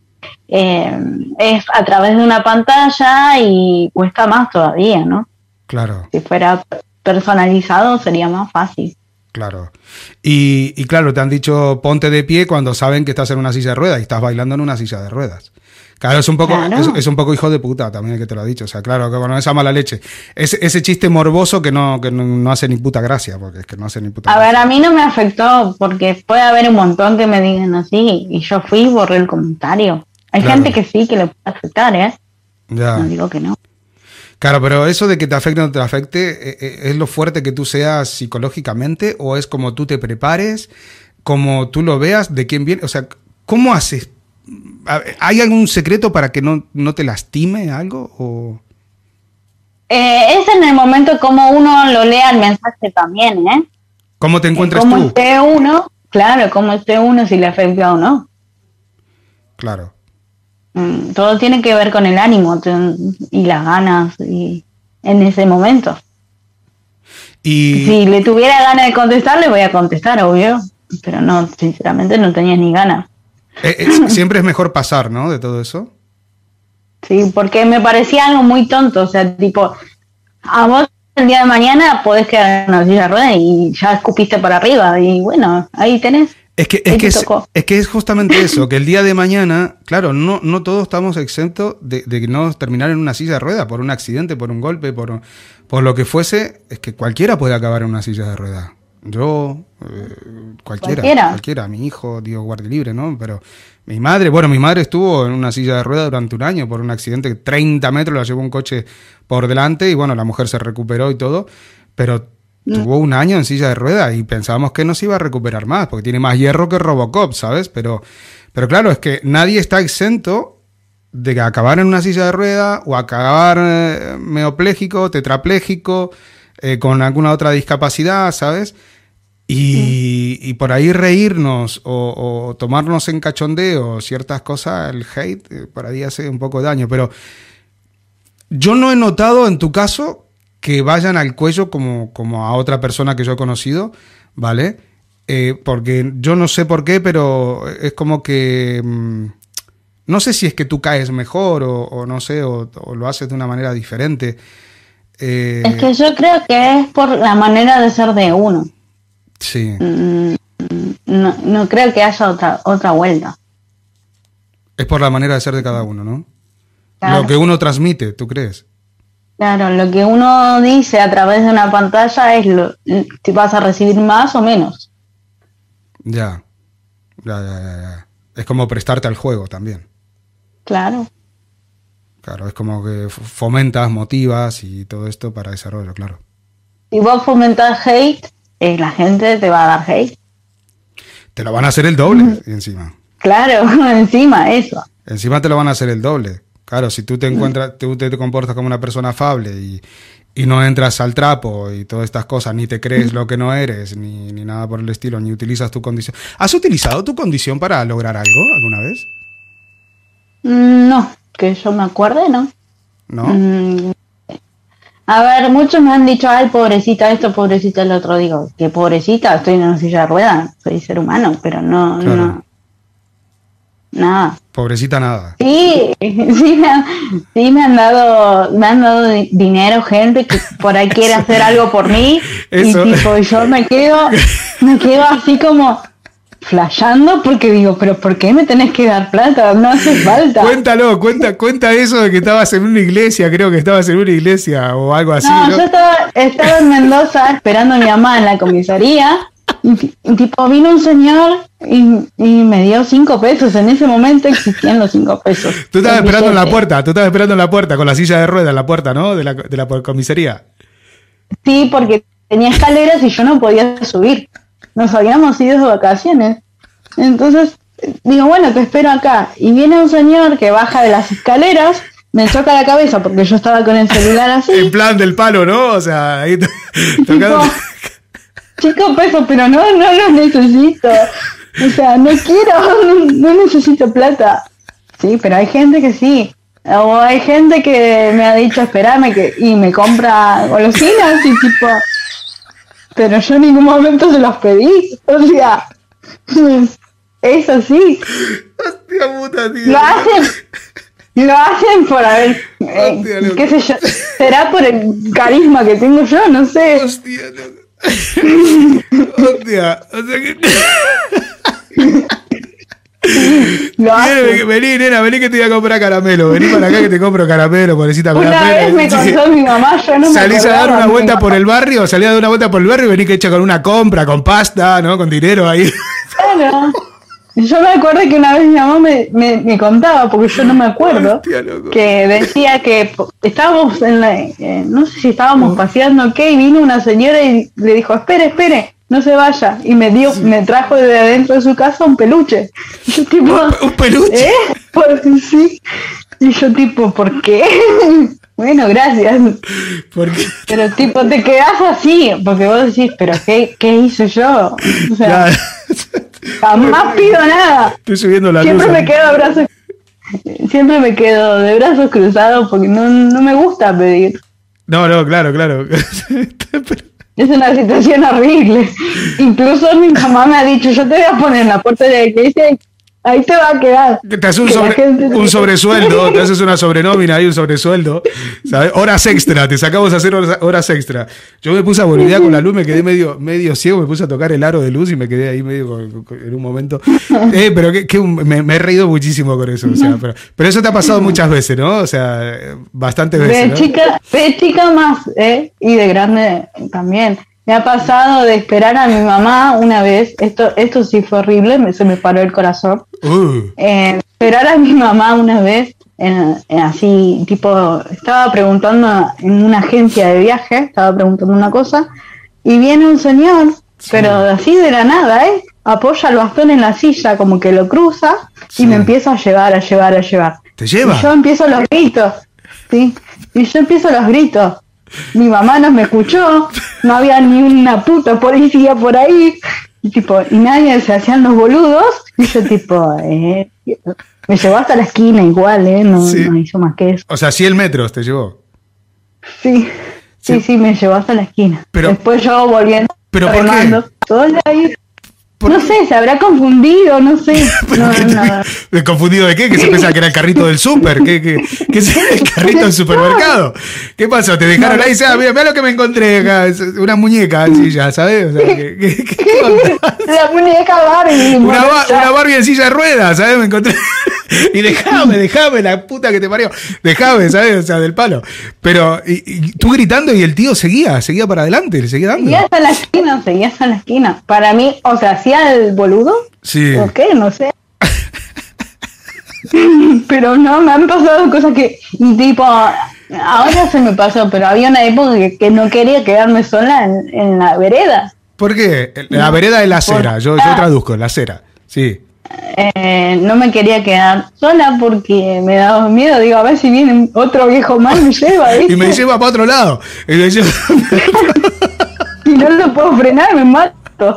Eh, es a través de una pantalla y cuesta más todavía, ¿no? Claro, Si fuera personalizado sería más fácil. claro. Y, y claro, te han dicho ponte de pie cuando saben que estás en una silla de ruedas y estás bailando en una silla de ruedas. Claro, es un poco, Claro. es, es un poco hijo de puta también el que te lo ha dicho. O sea, claro, que bueno, esa mala leche. Ese, ese chiste morboso que no, que no, no hace ni puta gracia, porque es que no hace ni puta A gracia. ver, a mí no me afectó porque puede haber un montón que me digan así y yo fui y borré el comentario. Hay Claro. gente que sí que le puede afectar, ¿eh? Ya. No digo que no. Claro, pero eso de que te afecte o no te afecte, eh, eh, ¿es lo fuerte que tú seas psicológicamente o es como tú te prepares, como tú lo veas, de quién viene? O sea, ¿cómo haces? A- ¿Hay algún secreto para que no, no te lastime algo? O... Eh, es en el momento como uno lo lea el mensaje también, ¿eh? ¿Cómo te encuentras Cómo tú? esté uno, claro, cómo esté uno, si le afecta o no. Claro. Mm, todo tiene que ver con el ánimo te- y las ganas y en ese momento. Y Si le tuviera ganas de contestar, le voy a contestar, obvio. Pero no, sinceramente no tenía ni ganas. eh, es- siempre es mejor pasar, ¿no? De todo eso. Sí, porque me parecía algo muy tonto. O sea, tipo, a vos el día de mañana podés quedar en una silla de ruedas y ya escupiste para arriba. Y bueno, ahí tenés. Es que, es, Ahí que te es, tocó. es que es justamente eso, que el día de mañana, claro, no, no todos estamos exentos de, de no terminar en una silla de ruedas por un accidente, por un golpe, por, por lo que fuese. Es que cualquiera puede acabar en una silla de ruedas. Yo, eh, cualquiera, Cualquiera. cualquiera, mi hijo, Dios guarde libre, ¿no? Pero mi madre, bueno, mi madre estuvo en una silla de ruedas durante un año por un accidente que treinta metros la llevó un coche por delante y bueno, la mujer se recuperó y todo, pero tuvo un año en silla de ruedas y pensábamos que no se iba a recuperar más, porque tiene más hierro que Robocop, ¿sabes? Pero, pero claro, es que nadie está exento de acabar en una silla de ruedas o acabar eh, meopléjico, tetrapléjico, eh, con alguna otra discapacidad, ¿sabes? Y, y por ahí reírnos o, o tomarnos en cachondeo ciertas cosas, el hate, eh, por ahí hace un poco de daño. Pero yo no he notado en tu caso que vayan al cuello como, como a otra persona que yo he conocido, ¿vale? Eh, porque yo no sé por qué, pero es como que... mmm, no sé si es que tú caes mejor o, o no sé, o, o lo haces de una manera diferente. Eh, Es que yo creo que es por la manera de ser de uno. sí. Mm, No, no creo que haya otra otra vuelta. Es por la manera de ser de cada uno, ¿no? Claro. Lo que uno transmite, ¿tú crees? Claro, lo que uno dice a través de una pantalla es lo, si vas a recibir más o menos. Ya. Ya, ya, ya, ya. Es como prestarte al juego también. Claro. Claro, es como que f- fomentas, motivas y todo esto para desarrollo, claro. si vos fomentás hate, eh, la gente te va a dar hate. Te lo van a hacer el doble, uh-huh. encima. Claro, encima, eso. Encima te lo van a hacer el doble. Claro, si tú te encuentras, tú te comportas como una persona afable y, y no entras al trapo y todas estas cosas, ni te crees lo que no eres, ni, ni nada por el estilo, ni utilizas tu condición. ¿Has utilizado tu condición para lograr algo alguna vez? No, que yo me acuerde, ¿no? ¿No? Mm, a ver, muchos me han dicho, ay, pobrecita esto, pobrecita el otro. Digo, que pobrecita, estoy en una silla de ruedas, soy ser humano, pero no, claro. no. Nada. Pobrecita nada. Sí, sí me, han, sí me han dado, me han dado dinero, gente que por ahí quiere hacer algo por mí. Eso. Y tipo, yo me quedo, me quedo así como flasheando porque digo, pero ¿por qué me tenés que dar plata? No hace falta. Cuéntalo, cuenta, cuenta eso de que estabas en una iglesia, creo que estabas en una iglesia o algo así. No, ¿no? yo estaba, estaba en Mendoza esperando a mi mamá en la comisaría. Y, y tipo vino un señor y, y me dio cinco pesos. En ese momento existían los cinco pesos. Tú estabas esperando en la puerta, tú estabas esperando en la puerta con la silla de ruedas en la puerta, ¿no? De la, de la comisaría. Sí, porque tenía escaleras y yo no podía subir. Nos habíamos ido de vacaciones. Entonces digo, bueno, te espero acá. Y viene un señor que baja de las escaleras, me choca la cabeza porque yo estaba con el celular así. En plan del palo, ¿no? O sea, ahí tocando. Cinco pesos, pero no, no los necesito. O sea, no quiero, no, no necesito plata. Sí, pero hay gente que sí. O hay gente que me ha dicho esperarme que, y me compra golosinas y tipo... Pero yo en ningún momento se los pedí. O sea, eso sí. Hostia puta, tío. Lo hacen, lo hacen por haber... Eh, Hostia, qué sé yo. Será por el carisma que tengo yo, no sé. Hostia, no. Hostia, o sea que... Vení, vení, nena, vení que te voy a comprar caramelo. Vení para acá que te compro caramelo, pobrecita. Una caramelo. vez me contó mi mamá, yo no me Salís a dar una vuelta por mamá. el barrio, salís a dar una vuelta por el barrio y vení que hecha con una compra, con pasta, ¿no? Con dinero ahí. Claro. Yo me acuerdo que una vez mi mamá me, me, me contaba, porque yo no me acuerdo, Hostia, loco. que decía que estábamos en la, eh, no sé si estábamos paseando o qué, y vino una señora y le dijo, espere, espere, no se vaya, y me dio, sí. me trajo de adentro de su casa un peluche. Y yo tipo, ¿Un, un peluche? ¿eh? Pues, sí. Y yo tipo, ¿por qué? Bueno, gracias. ¿Por qué? Pero tipo, te quedás así, porque vos decís, pero ¿qué, qué hice yo? O sea, jamás pido nada. Estoy subiendo la Siempre luz. me quedo de brazos, siempre me quedo de brazos cruzados porque no, no me gusta pedir. No, no, claro, claro. Es una situación horrible. Incluso mi mamá me ha dicho, yo te voy a poner en la puerta de la iglesia y ahí te va a quedar. Te haces un, sobre, un sobresueldo, te haces una sobrenómina ahí, un sobresueldo, ¿sabes? Horas extra, te sacamos a hacer horas, horas extra. Yo me puse a boludear con la luz, me quedé medio, medio ciego, me puse a tocar el aro de luz y me quedé ahí medio con, con, en un momento. Eh, pero que, que un, me, me he reído muchísimo con eso, o sea, pero, pero eso te ha pasado muchas veces, ¿no? O sea, bastantes veces. De ¿no? chica, de chica más, ¿eh? Y de grande también. Me ha pasado de esperar a mi mamá una vez, esto esto sí fue horrible, me, se me paró el corazón. Uh. Eh, esperar a mi mamá una vez, en, en así, tipo, estaba preguntando en una agencia de viaje, estaba preguntando una cosa, y viene un señor, sí. pero así de la nada, ¿eh? Apoya el bastón en la silla, como que lo cruza, sí. y me empieza a llevar, a llevar, a llevar. ¿Te lleva? Y yo empiezo los gritos, ¿sí? Y yo empiezo los gritos. Mi mamá no me escuchó, no había ni una puta policía por ahí, y tipo, y nadie se hacían los boludos, y yo tipo, eh, me llevó hasta la esquina igual, eh, no, sí. no hizo más que eso. O sea, cien metros te llevó. Sí, sí, sí, sí me llevó hasta la esquina. Pero, después yo volviendo, ¿pero remando, por qué? Todo ahí. No sé, se habrá confundido, no sé. No, no. ¿Confundido de qué? ¿Que se pensaba que era el carrito del súper? ¿Qué, qué, qué es el carrito del supermercado? ¿Qué pasó? ¿Te dejaron no, ahí y dices, ah, mira, mira lo que me encontré acá? Una muñeca, así ya, ¿sabes? O sea, ¿qué, qué, qué, qué la muñeca Barbie. Una, ba una Barbie en silla de ruedas, ¿sabes? Me encontré... Y dejame, dejame, la puta que te parió. Dejame, ¿sabes? O sea, del palo. Pero y, y tú gritando y el tío seguía, seguía para adelante, le seguía dando. Seguía hasta la esquina, seguía hasta la esquina. Para mí, o sea, hacía el boludo. Sí. ¿O qué? No sé. Pero no, me han pasado cosas que, tipo, Ahora se me pasó, pero había una época que, que no quería quedarme sola en, en la vereda. ¿Por qué? La No, vereda es la acera, por- yo, yo traduzco, la acera, sí. Eh, no me quería quedar sola porque me daba miedo. Digo, a ver si viene otro viejo más y me lleva, ¿viste? Y me lleva para otro lado. Y me lleva- Si no lo puedo frenar, me mato.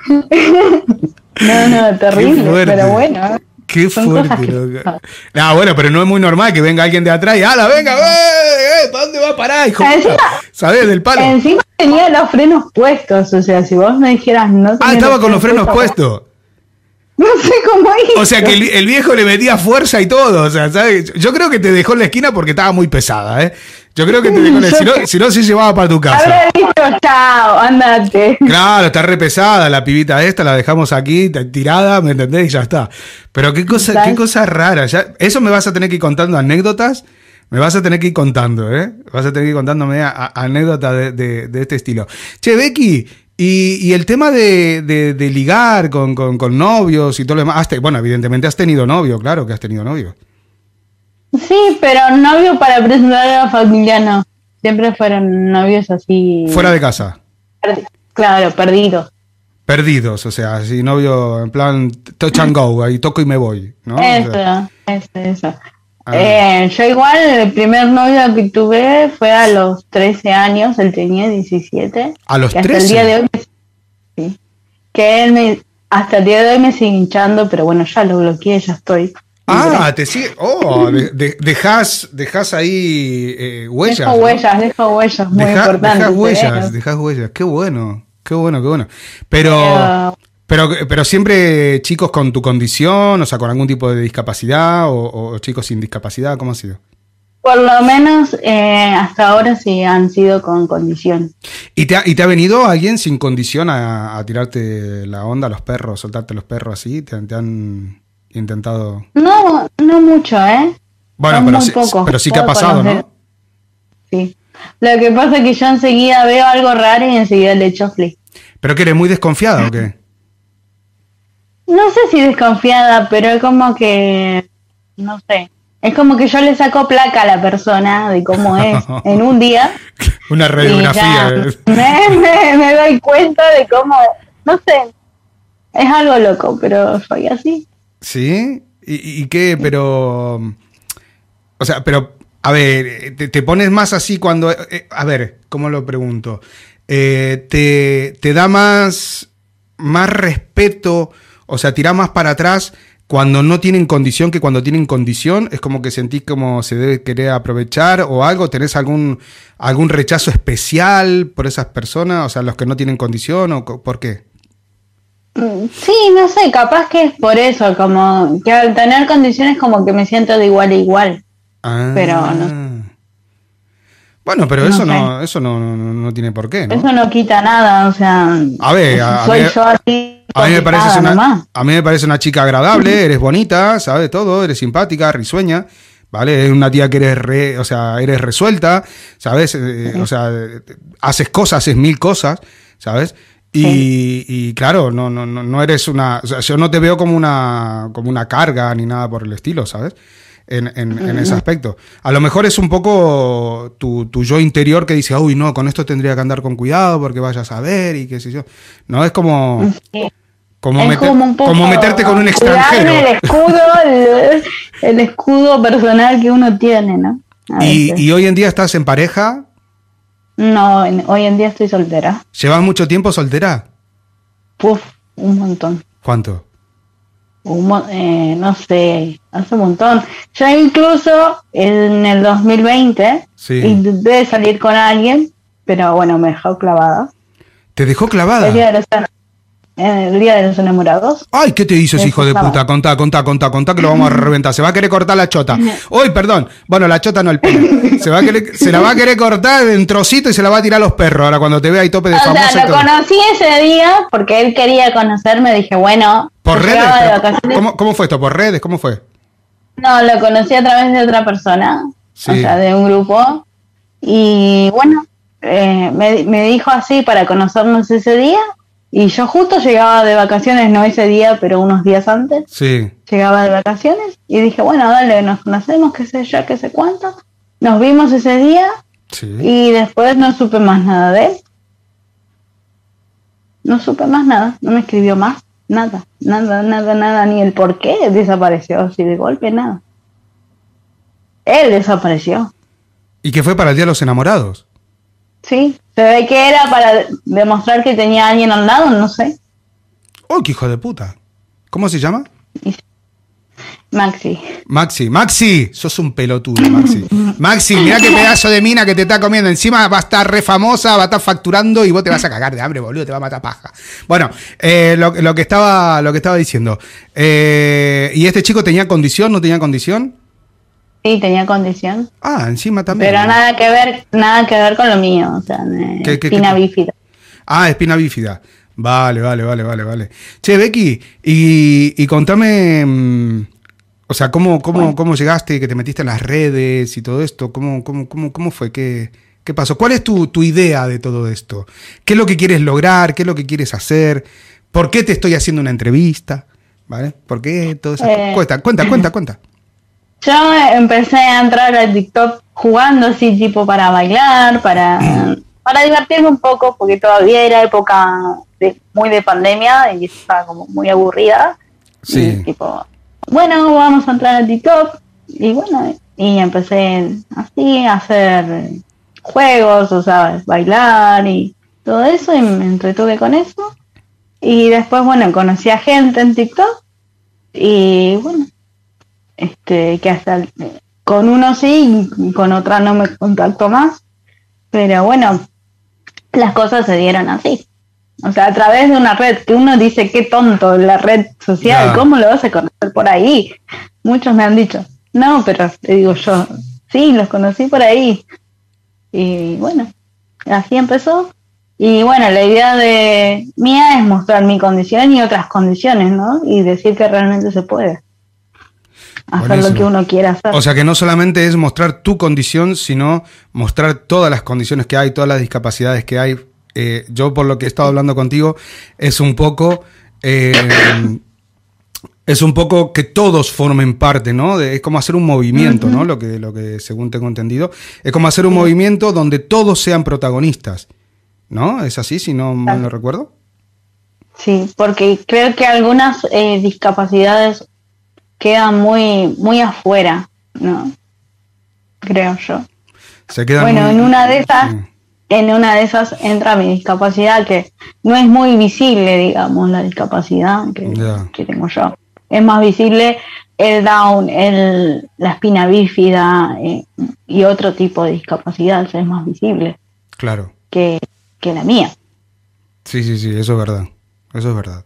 No, no, terrible, Qué fuerte. pero bueno. Qué son fuerte, cosas que loco. pasan. Ah, bueno, pero no es muy normal que venga alguien de atrás y ¡hala, venga! ¡Eh, eh! ¿Para dónde va a parar, hijo? Encima- ¿Sabés? Del palo. Encima tenía los frenos puestos, o sea, si vos me dijeras no Ah, tenía estaba con los frenos puestos. No sé cómo hizo. O sea que el, el viejo le metía fuerza y todo. O sea, ¿sabes? Yo creo que te dejó en la esquina porque estaba muy pesada, ¿eh? Yo creo que te dejó en la... Si no, si no, se llevaba para tu casa. Habrá dicho, chao, andate. Claro, está re pesada la pibita esta, la dejamos aquí t- tirada, ¿me entendés? Y ya está. Pero qué cosa, ¿Sabes? qué cosa rara. Ya, eso me vas a tener que ir contando anécdotas. Me vas a tener que ir contando, ¿eh? Vas a tener que ir contándome a- a- anécdotas de, de- de este estilo. Che, Becky, y, y el tema de, de- de ligar con, con- con novios y todo lo demás. Has te- bueno, evidentemente has tenido novio, claro que has tenido novio. Sí, pero novio para presentar a la familia no. Siempre fueron novios así. Fuera de casa. perdi- Claro, perdidos. Perdidos, o sea, así novio en plan touch and go, ahí toco y me voy, ¿no? O sea, Eso, eso, eso. Ah. Eh, yo igual, el primer novio que tuve fue a los trece años, él tenía diecisiete. ¿A los que hasta trece? el día de hoy me- sí. Que él me, hasta el día de hoy me sigue hinchando, pero bueno, ya lo bloqueé, ya estoy. Ah, libre. te sigue. Oh, de, de- dejas, dejas ahí eh, huellas. Dejo ¿no? huellas, dejo huellas, muy Deja- importante. Dejas huellas, ¿eh? dejas huellas. Qué bueno, qué bueno, qué bueno. Pero, Pero- pero, pero siempre chicos con tu condición, o sea, con algún tipo de discapacidad, o, o chicos sin discapacidad, ¿cómo ha sido? Por lo menos eh, hasta ahora sí han sido con condición. ¿Y te ha, y te ha venido alguien sin condición a, a tirarte la onda a los perros, soltarte los perros así? ¿Te, te han intentado? No, no mucho, ¿eh? Bueno, Son pero muy sí, pocos, pero sí que ha puedo pasado, conocer. ¿no? Sí. Lo que pasa es que yo enseguida veo algo raro y enseguida le echo flick. ¿Pero que eres muy desconfiada o qué? No sé si desconfiada, pero es como que, no sé, es como que yo le saco placa a la persona de cómo es en un día. Una Y radiografía. ya ¿eh? me, me, me doy cuenta de cómo, no sé, es algo loco, pero soy así. ¿Sí? ¿Y, y qué? Pero... O sea, pero... A ver, te, te pones más así cuando... eh, a ver, ¿cómo lo pregunto? Eh, te, te da más, más respeto, o sea, tira más para atrás cuando no tienen condición que cuando tienen condición. Es como que sentís como se debe querer aprovechar o algo. ¿Tenés algún, algún rechazo especial por esas personas? O sea, los que no tienen condición, ¿o co- por qué? Mm, Sí, no sé, capaz que es por eso, como que al tener condiciones como que me siento de igual a igual. Ah. Pero no- Bueno, pero no eso sé. no, eso no, no, no tiene por qué, ¿no? Eso no quita nada, o sea, A ver, a- a soy mí- yo así. A mí me parece complicada una, nomás. a mí me parece una chica agradable, eres bonita, sabes todo, eres simpática, risueña, ¿vale? Es una tía que eres re, o sea, eres resuelta, ¿sabes? Eh, o sea, haces cosas, haces mil cosas, ¿sabes? Y, Sí. y claro, no, no, no no eres una, o sea, yo no te veo como una, como una carga ni nada por el estilo, ¿sabes? En, en, en ese aspecto. A lo mejor es un poco tu, tu yo interior que dice, uy, no, con esto tendría que andar con cuidado porque vayas a ver y qué sé yo. No, es como, Sí. como, Es meter- como un poco como meterte con un cuidarme extranjero. el escudo, el, el escudo personal que uno tiene, ¿no? A Y, veces. y hoy en día estás en pareja, No, en- hoy en día estoy soltera. ¿llevas mucho tiempo soltera? Puf, un montón. ¿Cuánto? Un mo- eh, no sé, hace un montón. Yo incluso en el dos mil veinte Sí. intenté salir con alguien, pero bueno, me dejó clavada. ¿Te dejó El clavada? día de los, el día de los enamorados. Ay, ¿qué te hizo ese Eso hijo de estaba. puta? Contá, contá, contá, contá que lo vamos a reventar. Se va a querer cortar la chota. Uy, perdón. Bueno, la chota no, el pelo. Se, va a querer- se la va a querer cortar en trocito y se la va a tirar a los perros. Ahora cuando te vea ahí tope de O famosa. sea, y lo todo. conocí ese día porque él quería conocerme. Dije, bueno, ¿Por yo redes? llegaba de Pero, vacaciones. ¿cómo, ¿Cómo fue esto? ¿Por redes? ¿Cómo fue? No, lo conocí a través de otra persona, Sí. o sea, de un grupo. Y bueno, eh, me, me dijo así para conocernos ese día. Y yo justo llegaba de vacaciones, no ese día, pero unos días antes. Sí. Llegaba de vacaciones y dije, bueno, dale, nos conocemos, qué sé yo, qué sé cuánto. Nos vimos ese día Sí. y después no supe más nada de él. No supe más nada, no me escribió más, nada, nada, nada, nada, ni el por qué desapareció, así de golpe, nada. Él desapareció. ¿Y qué fue para el Día de los Enamorados? Sí, se ve que era para demostrar que tenía a alguien al lado, no sé. ¡Oh, qué hijo de puta! ¿Cómo se llama? Maxi. Maxi, Maxi, sos un pelotudo, Maxi. Maxi, mirá qué pedazo de mina que te está comiendo. Encima va a estar re famosa, va a estar facturando y vos te vas a cagar de hambre, boludo, te va a matar paja. Bueno, eh, lo, lo, que estaba, lo que estaba diciendo. Eh, ¿Y este chico tenía condición, no tenía condición? Sí, tenía condición. Ah, encima también. Pero nada que ver, nada que ver con lo mío, o sea, ¿Qué, qué, espina qué? bífida. Ah, espina bífida. Vale, vale, vale, vale, vale. Che, Becky, y, y contame, mmm, o sea, ¿cómo, cómo, Bueno. cómo llegaste, que te metiste en las redes y todo esto? ¿Cómo, cómo, cómo, cómo fue? ¿Qué, qué pasó? ¿Cuál es tu, tu idea de todo esto? ¿Qué es lo que quieres lograr? ¿Qué es lo que quieres hacer? ¿Por qué te estoy haciendo una entrevista? ¿Vale? ¿Por qué? Todo eso. Eh. Cuenta, cuenta, cuenta, cuenta. Yo empecé a entrar al TikTok jugando así tipo para bailar, para, para divertirme un poco, porque todavía era época de, muy de pandemia y estaba como muy aburrida. Sí. Y tipo, bueno, vamos a entrar al TikTok. Y bueno, y empecé así a hacer juegos, o sea, bailar y todo eso, y me entretuve con eso. Y después, bueno, conocí a gente en TikTok y bueno, este que hasta el- con uno sí y con otra no me contacto más, pero bueno, las cosas se dieron así, o sea, a través de una red que uno dice qué tonto la red social, Ya. ¿cómo lo vas a conocer por ahí? Muchos me han dicho, no, pero te digo yo, sí, los conocí por ahí y bueno, así empezó. Y bueno, la idea de mía es mostrar mi condición y otras condiciones, ¿no? Y decir que realmente se puede hacer Buenísimo. lo que uno quiera hacer. O sea que no solamente es mostrar tu condición, sino mostrar todas las condiciones que hay, todas las discapacidades que hay. Eh, yo, por lo que he estado hablando contigo, es un poco... eh, es un poco que todos formen parte, ¿no? De- es como hacer un movimiento, ¿no? Lo que, lo que según tengo entendido. Es como hacer un movimiento donde todos sean protagonistas, ¿no? ¿Es así, si no mal no recuerdo? Sí, porque creo que algunas eh, discapacidades quedan muy, muy afuera, ¿no? Creo yo. Se quedan Bueno, muy- en una de esas, Sí. en una de esas entra mi discapacidad, que no es muy visible, digamos, la discapacidad que, Ya. que tengo yo. Es más visible el Down, el, la espina bífida eh, y otro tipo de discapacidad, es más visible Claro. que, que la mía. Sí, sí, sí, eso es verdad. Eso es verdad.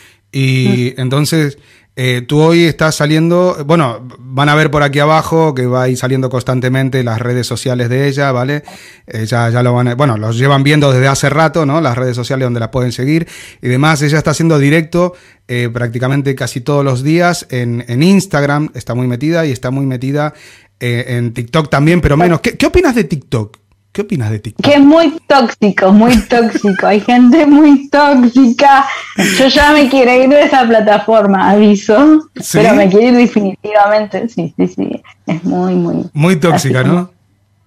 Y entonces, eh, tú hoy estás saliendo, bueno, van a ver por aquí abajo que va a ir saliendo constantemente las redes sociales de ella, ¿vale? Eh, ya, ya lo van a, bueno, los llevan viendo desde hace rato, ¿no? Las redes sociales donde la pueden seguir y demás. Ella está haciendo directo eh, prácticamente casi todos los días en, en Instagram, está muy metida y está muy metida eh, en TikTok también, pero menos. ¿Qué, qué opinas de TikTok? ¿Qué opinas de TikTok? Que es muy tóxico, muy tóxico. Hay gente muy tóxica. Yo ya me quiero ir de esa plataforma, aviso. ¿Sí? Pero me quiero ir definitivamente. Sí, sí, sí. Es muy, muy. Muy tóxica, así ¿no?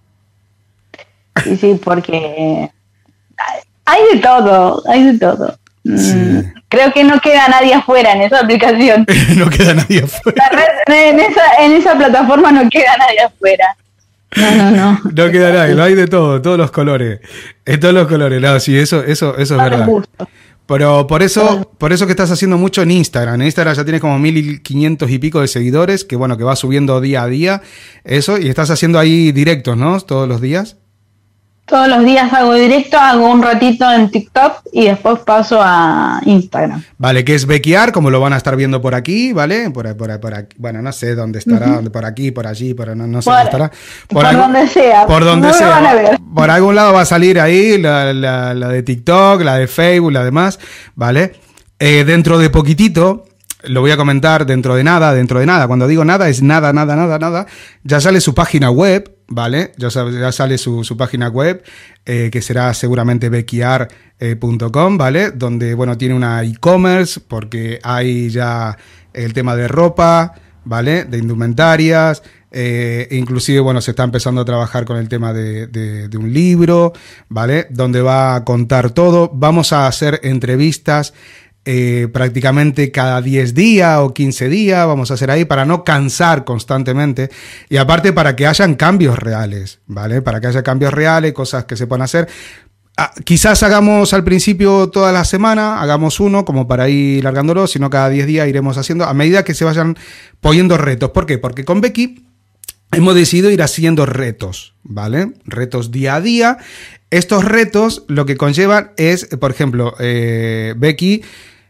como- Sí, sí, porque hay de todo, hay de todo. Mm, Sí. Creo que no queda nadie afuera en esa aplicación. No queda nadie afuera. La red- en, esa, en esa plataforma no queda nadie afuera. No, no, no. No queda nadie, lo hay de todo, todos los colores. En todos los colores, no, sí, eso, eso, eso es Para verdad. gusto. Pero por eso, por eso que estás haciendo mucho en Instagram. En Instagram ya tienes como mil quinientos y pico de seguidores, que bueno, que va subiendo día a día. Eso, y estás haciendo ahí directos, ¿no? Todos los días. Todos los días hago directo, hago un ratito en TikTok y después paso a Instagram. Vale, que es Beckyar, como lo van a estar viendo por aquí, ¿vale? Por, por, por aquí, bueno, no sé dónde estará, Ujú. por aquí, por allí, por no, no sé Por- dónde estará. por algún- donde sea. Por donde No me sea. van a ver. Por algún lado va a salir ahí la, la, la de TikTok, la de Facebook, la demás, ¿vale? Eh, dentro de poquitito, lo voy a comentar dentro de nada, dentro de nada. Cuando digo nada, es nada, nada, nada, nada. Ya sale su página web, ¿vale? Ya, sab- ya sale su, su página web, eh, que será seguramente beckyar punto com, ¿vale? Donde, bueno, tiene una e-commerce, porque hay ya el tema de ropa, ¿vale? De indumentarias, Eh, inclusive, bueno, se está empezando a trabajar con el tema de, de, de un libro, ¿vale? Donde va a contar todo. Vamos a hacer entrevistas eh, prácticamente cada diez días o quince días, vamos a hacer ahí para no cansar constantemente y aparte para que hayan cambios reales, ¿vale? Para que haya cambios reales, cosas que se puedan hacer. Ah, quizás hagamos al principio toda la semana, hagamos uno como para ir largándolo, sino cada diez días iremos haciendo a medida que se vayan poniendo retos. ¿Por qué? Porque con Becky hemos decidido ir haciendo retos, ¿vale? Retos día a día. Estos retos lo que conllevan es, por ejemplo, eh, Becky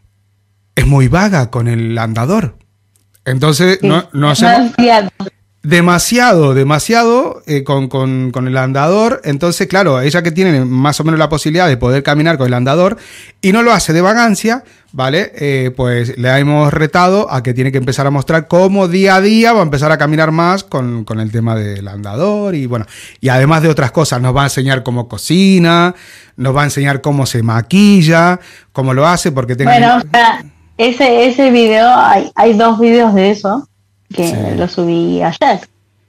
es muy vaga con el andador. Entonces, sí, no, no hacemos... Demasiado, demasiado eh, con, con, con el andador. Entonces, claro, ella que tiene más o menos la posibilidad de poder caminar con el andador y no lo hace de vagancia, ¿vale? Eh, pues le hemos retado a que tiene que empezar a mostrar cómo día a día va a empezar a caminar más con, con el tema del andador y bueno, y además de otras cosas, nos va a enseñar cómo cocina, nos va a enseñar cómo se maquilla, cómo lo hace, porque tenga... Bueno, o sea, ese, ese video, hay, hay dos videos de eso. Que sí. Lo subí ayer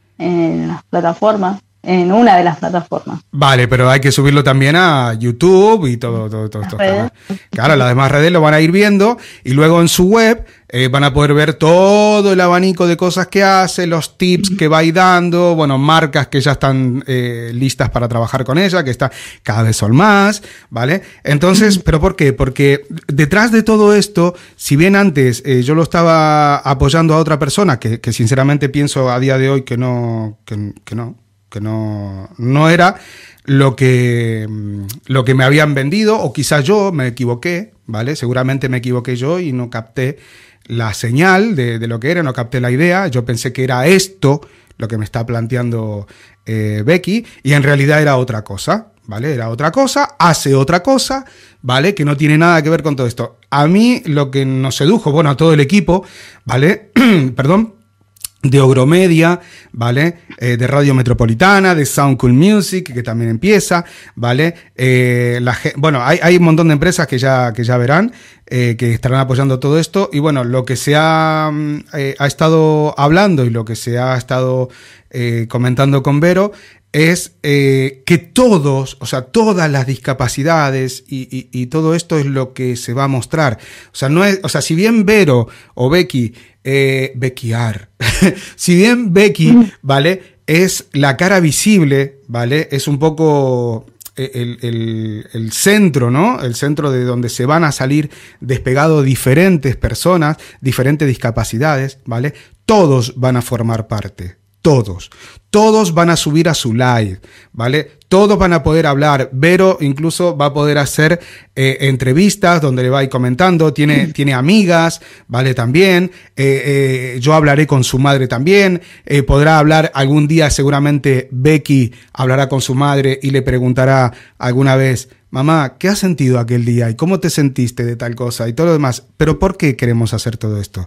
en las plataformas, en una de las plataformas. Vale, pero hay que subirlo también a YouTube y todo, todo, todo esto. Claro, las demás redes lo van a ir viendo y luego en su web eh, van a poder ver todo el abanico de cosas que hace, los tips que va a ir dando, bueno, marcas que ya están eh, listas para trabajar con ella, que está, cada vez son más, ¿vale? Entonces, ¿pero por qué? Porque detrás de todo esto, si bien antes eh, yo lo estaba apoyando a otra persona, que, que sinceramente pienso a día de hoy que no, que, que no, que no, no era lo que, lo que me habían vendido, o quizás yo me equivoqué, ¿vale? Seguramente me equivoqué yo y no capté la señal de, de lo que era, no capté la idea. Yo pensé que era esto lo que me está planteando eh, Becky, y en realidad era otra cosa, ¿vale? Era otra cosa, hace otra cosa, ¿vale? Que no tiene nada que ver con todo esto. A mí lo que nos sedujo, bueno, a todo el equipo, ¿vale? Perdón, de Ogromedia, ¿vale? Eh, de Radio Metropolitana, de Sound Cool Music, que también empieza, ¿vale? Eh, la, bueno, hay, hay un montón de empresas que ya, que ya verán, eh, que estarán apoyando todo esto, y bueno, lo que se ha, eh, ha estado hablando y lo que se ha estado eh, comentando con Vero es eh, que todos, o sea, todas las discapacidades y, y, y todo esto es lo que se va a mostrar. O sea, no es, o sea, si bien Vero o Becky, eh, Beckyar, si bien Becky, ¿vale? Es la cara visible, ¿vale? Es un poco el, el, el centro, ¿no? El centro de donde se van a salir despegados diferentes personas, diferentes discapacidades, ¿vale? Todos van a formar parte. Todos, todos van a subir a su live, ¿vale? Todos van a poder hablar. Vero incluso va a poder hacer eh, entrevistas donde le va a ir comentando, tiene, tiene amigas, ¿vale? También, eh, eh, yo hablaré con su madre también, eh, podrá hablar algún día, seguramente Becky hablará con su madre y le preguntará alguna vez: mamá, ¿qué has sentido aquel día? ¿Y cómo te sentiste de tal cosa? Y todo lo demás. ¿Pero por qué queremos hacer todo esto?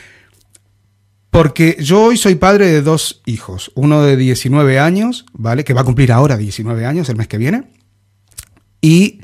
Porque yo hoy soy padre de dos hijos, uno de diecinueve años, ¿vale? Que va a cumplir ahora diecinueve años el mes que viene, y,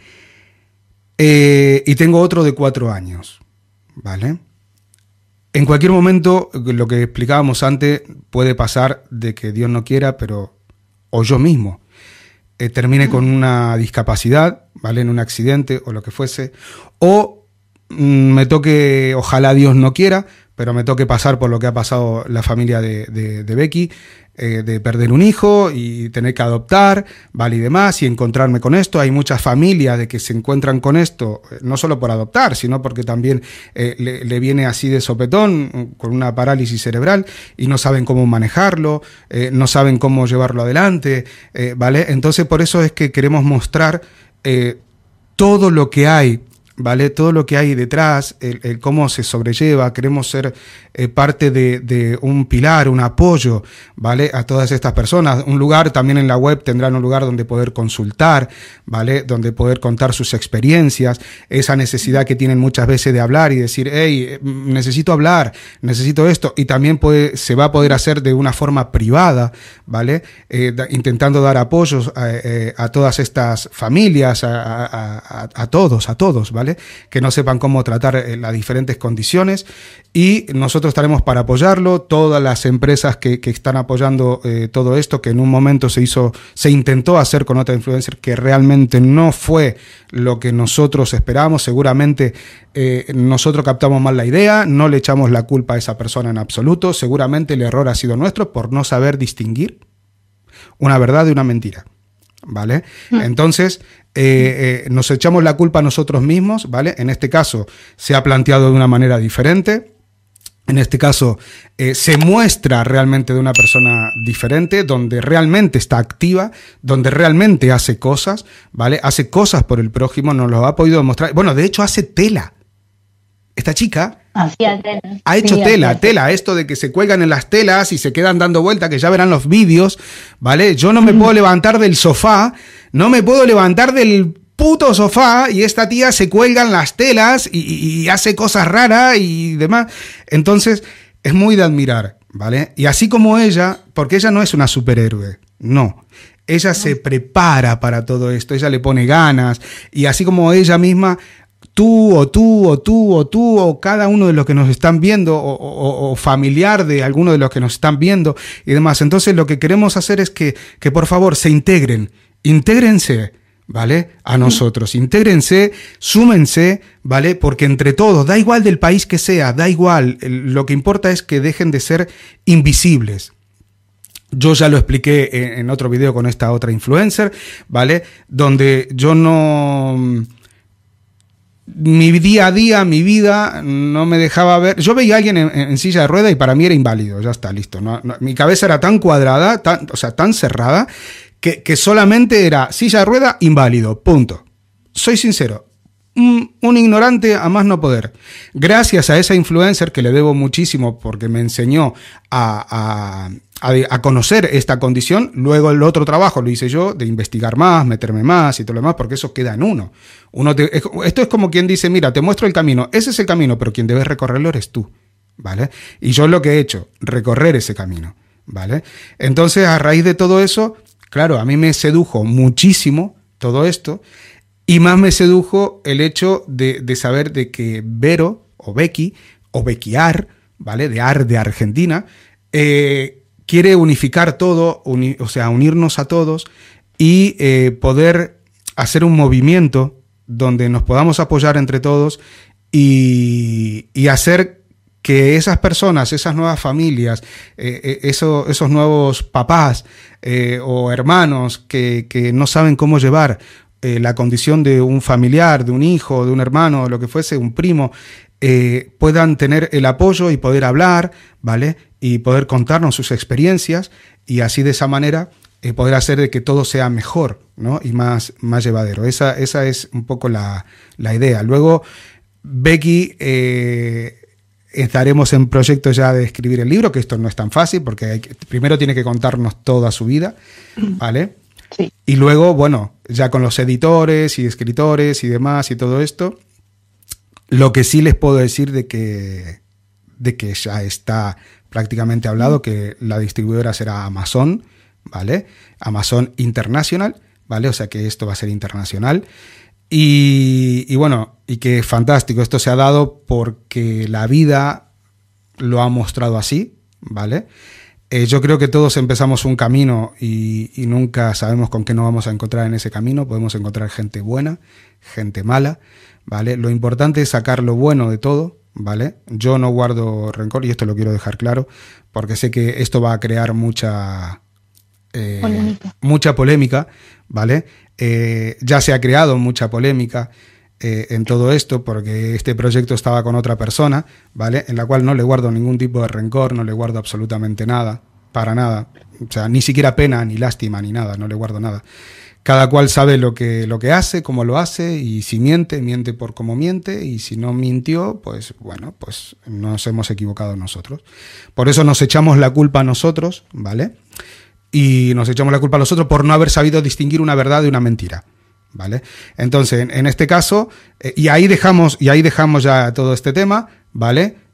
eh, y tengo otro de cuatro años, ¿vale? En cualquier momento, lo que explicábamos antes, puede pasar de que Dios no quiera, pero, o yo mismo, eh, termine con una discapacidad, ¿vale? En un accidente o lo que fuese, o mm, me toque, ojalá Dios no quiera, pero me toque pasar por lo que ha pasado la familia de, de, de Becky, eh, de perder un hijo y tener que adoptar, ¿vale? Y demás, y encontrarme con esto. Hay muchas familias de que se encuentran con esto, no solo por adoptar, sino porque también eh, le, le viene así de sopetón, con una parálisis cerebral, y no saben cómo manejarlo, eh, no saben cómo llevarlo adelante, eh, ¿vale? Entonces, por eso es que queremos mostrar eh, todo lo que hay, ¿vale? Todo lo que hay detrás, el, el cómo se sobrelleva. Queremos ser eh, parte de, de un pilar, un apoyo, ¿vale? A todas estas personas. Un lugar, también en la web tendrán un lugar donde poder consultar, ¿vale? Donde poder contar sus experiencias, esa necesidad que tienen muchas veces de hablar y decir: hey, necesito hablar, necesito esto. Y también puede, se va a poder hacer de una forma privada, ¿vale? Eh, da, intentando dar apoyos a, a, a todas estas familias, a, a, a, a todos, a todos, ¿vale? ¿vale? Que no sepan cómo tratar eh, las diferentes condiciones, y nosotros estaremos para apoyarlo. Todas las empresas que, que están apoyando eh, todo esto, que en un momento se hizo, se intentó hacer con otra influencer que realmente no fue lo que nosotros esperábamos. Seguramente eh, nosotros captamos mal la idea, no le echamos la culpa a esa persona en absoluto. Seguramente el error ha sido nuestro por no saber distinguir una verdad de una mentira, ¿vale? Mm. Entonces, eh, eh, nos echamos la culpa a nosotros mismos, ¿vale? En este caso se ha planteado de una manera diferente. En este caso eh, se muestra realmente de una persona diferente, donde realmente está activa, donde realmente hace cosas, ¿vale? Hace cosas por el prójimo, nos lo ha podido demostrar. Bueno, de hecho hace tela. Esta chica Hacía tela. ha hecho Sí, tela, hacía tela, esto de que se cuelgan en las telas y se quedan dando vuelta, que ya verán los vídeos, ¿vale? Yo no me puedo levantar del sofá, no me puedo levantar del puto sofá, y esta tía se cuelga en las telas y, y, y hace cosas raras y demás. Entonces, es muy de admirar, ¿vale? Y así como ella, porque ella no es una superhéroe, no. Ella se prepara para todo esto, ella le pone ganas, y así como ella misma, tú o tú o tú o tú o cada uno de los que nos están viendo, o, o, o familiar de alguno de los que nos están viendo y demás. Entonces lo que queremos hacer es que, que por favor se integren, intégrense, ¿vale? A nosotros, intégrense, súmense, ¿vale? Porque entre todos, da igual del país que sea, da igual, lo que importa es que dejen de ser invisibles. Yo ya lo expliqué en otro video con esta otra influencer, ¿vale? Donde yo no... Mi día a día, mi vida, no me dejaba ver. Yo veía a alguien en, en silla de rueda y para mí era inválido, ya está, listo. No, no, mi cabeza era tan cuadrada, tan, o sea, tan cerrada, que, que solamente era silla de rueda, inválido, punto. Soy sincero, un, un ignorante a más no poder. Gracias a esa influencer, que le debo muchísimo porque me enseñó a... a A, a conocer esta condición. Luego el otro trabajo lo hice yo, de investigar más, meterme más y todo lo demás, porque eso queda en uno. uno te, es, esto es como quien dice, mira, te muestro el camino, ese es el camino, pero quien debes recorrerlo eres tú, ¿vale? Y yo lo que he hecho, recorrer ese camino, ¿vale? Entonces, a raíz de todo eso, claro, a mí me sedujo muchísimo todo esto, y más me sedujo el hecho de, de saber de que Vero, o Becky, o Beckyar, ¿vale? De Ar de Argentina, eh, quiere unificar todo, uni, o sea, unirnos a todos y eh, poder hacer un movimiento donde nos podamos apoyar entre todos y, y hacer que esas personas, esas nuevas familias, eh, eso, esos nuevos papás eh, o hermanos que, que no saben cómo llevar eh, la condición de un familiar, de un hijo, de un hermano, lo que fuese, un primo, eh, puedan tener el apoyo y poder hablar, ¿vale? Y poder contarnos sus experiencias, y así de esa manera eh, poder hacer de que todo sea mejor, ¿no? Y más, más llevadero. Esa, esa es un poco la, la idea. Luego, Becky, eh, estaremos en proyecto ya de escribir el libro, que esto no es tan fácil, porque hay que, primero tiene que contarnos toda su vida, ¿vale? Sí. Y luego, bueno, ya con los editores y escritores y demás y todo esto, lo que sí les puedo decir de que, de que ya está prácticamente hablado, que la distribuidora será Amazon, ¿vale? Amazon International, ¿vale? O sea que esto va a ser internacional. Y, y bueno, y que fantástico, esto se ha dado porque la vida lo ha mostrado así, ¿vale? Eh, yo creo que todos empezamos un camino y, y nunca sabemos con qué nos vamos a encontrar en ese camino. Podemos encontrar gente buena, gente mala, ¿vale? Lo importante es sacar lo bueno de todo, ¿vale? Yo no guardo rencor, y esto lo quiero dejar claro, porque sé que esto va a crear mucha eh, polémica. mucha polémica, ¿vale? Eh, ya se ha creado mucha polémica eh, en todo esto, porque este proyecto estaba con otra persona, ¿vale? En la cual no le guardo ningún tipo de rencor, no le guardo absolutamente nada, para nada, o sea, ni siquiera pena, ni lástima, ni nada, no le guardo nada. Cada cual sabe lo que, lo que hace, cómo lo hace, y si miente, miente por cómo miente, y si no mintió, pues bueno, pues nos hemos equivocado nosotros. Por eso nos echamos la culpa a nosotros, ¿vale? Y nos echamos la culpa a nosotros por no haber sabido distinguir una verdad de una mentira, ¿vale? Entonces, en, en este caso, eh, y ahí dejamos, y ahí dejamos ya todo este tema, ¿vale?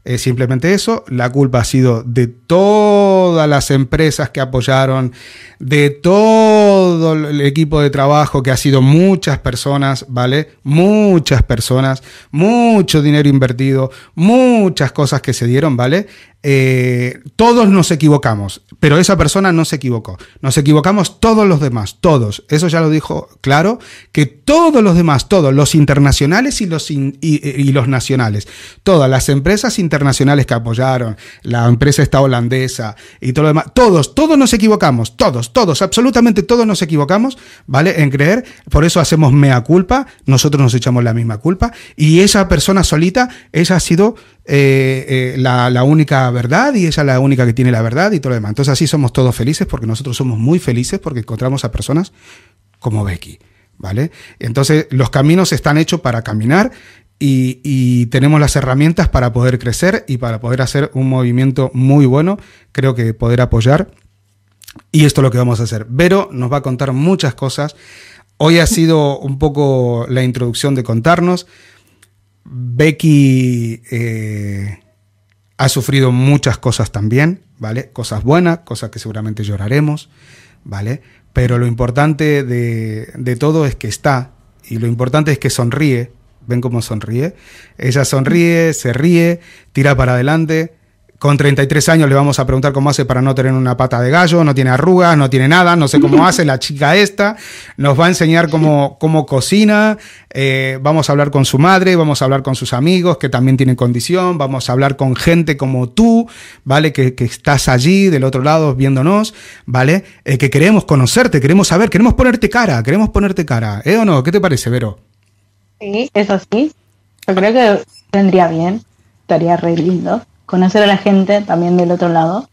Es simplemente eso. La culpa ha sido de todas las empresas que apoyaron, de todo el equipo de trabajo, que ha sido muchas personas, ¿vale? Muchas personas, mucho dinero invertido, muchas cosas que se dieron, ¿vale? Eh, todos nos equivocamos, pero esa persona no se equivocó. Nos equivocamos todos los demás, todos. Eso ya lo dijo claro, que todos los demás, todos, los internacionales y los, in, y, y los nacionales, todas las empresas internacionales que apoyaron, la empresa esta holandesa y todo lo demás, todos, todos nos equivocamos, todos, todos, absolutamente todos nos equivocamos, ¿vale? En creer, por eso hacemos mea culpa, nosotros nos echamos la misma culpa, y esa persona solita, ella ha sido eh, eh, la, la única verdad, y ella es la única que tiene la verdad y todo lo demás. Entonces así somos todos felices, porque nosotros somos muy felices porque encontramos a personas como Becky, ¿vale? Entonces los caminos están hechos para caminar, y, y tenemos las herramientas para poder crecer y para poder hacer un movimiento muy bueno, creo que poder apoyar, y esto es lo que vamos a hacer. Vero nos va a contar muchas cosas. Hoy ha sido un poco la introducción de contarnos. Becky eh, ha sufrido muchas cosas también, ¿vale? Cosas buenas, cosas que seguramente lloraremos, ¿vale? Pero lo importante de, de todo es que está, y lo importante es que sonríe. ¿Ven cómo sonríe? Ella sonríe, se ríe, tira para adelante. Con treinta y tres años le vamos a preguntar cómo hace para no tener una pata de gallo, no tiene arrugas, no tiene nada, no sé cómo hace la chica esta. Nos va a enseñar cómo, cómo cocina, eh, vamos a hablar con su madre, vamos a hablar con sus amigos que también tienen condición, vamos a hablar con gente como tú, ¿vale? Que, que estás allí del otro lado viéndonos, ¿vale? Eh, que queremos conocerte, queremos saber, queremos ponerte cara, queremos ponerte cara, ¿eh o no? ¿Qué te parece, Vero? Sí, eso sí. Yo creo que vendría bien, estaría re lindo conocer a la gente también del otro lado.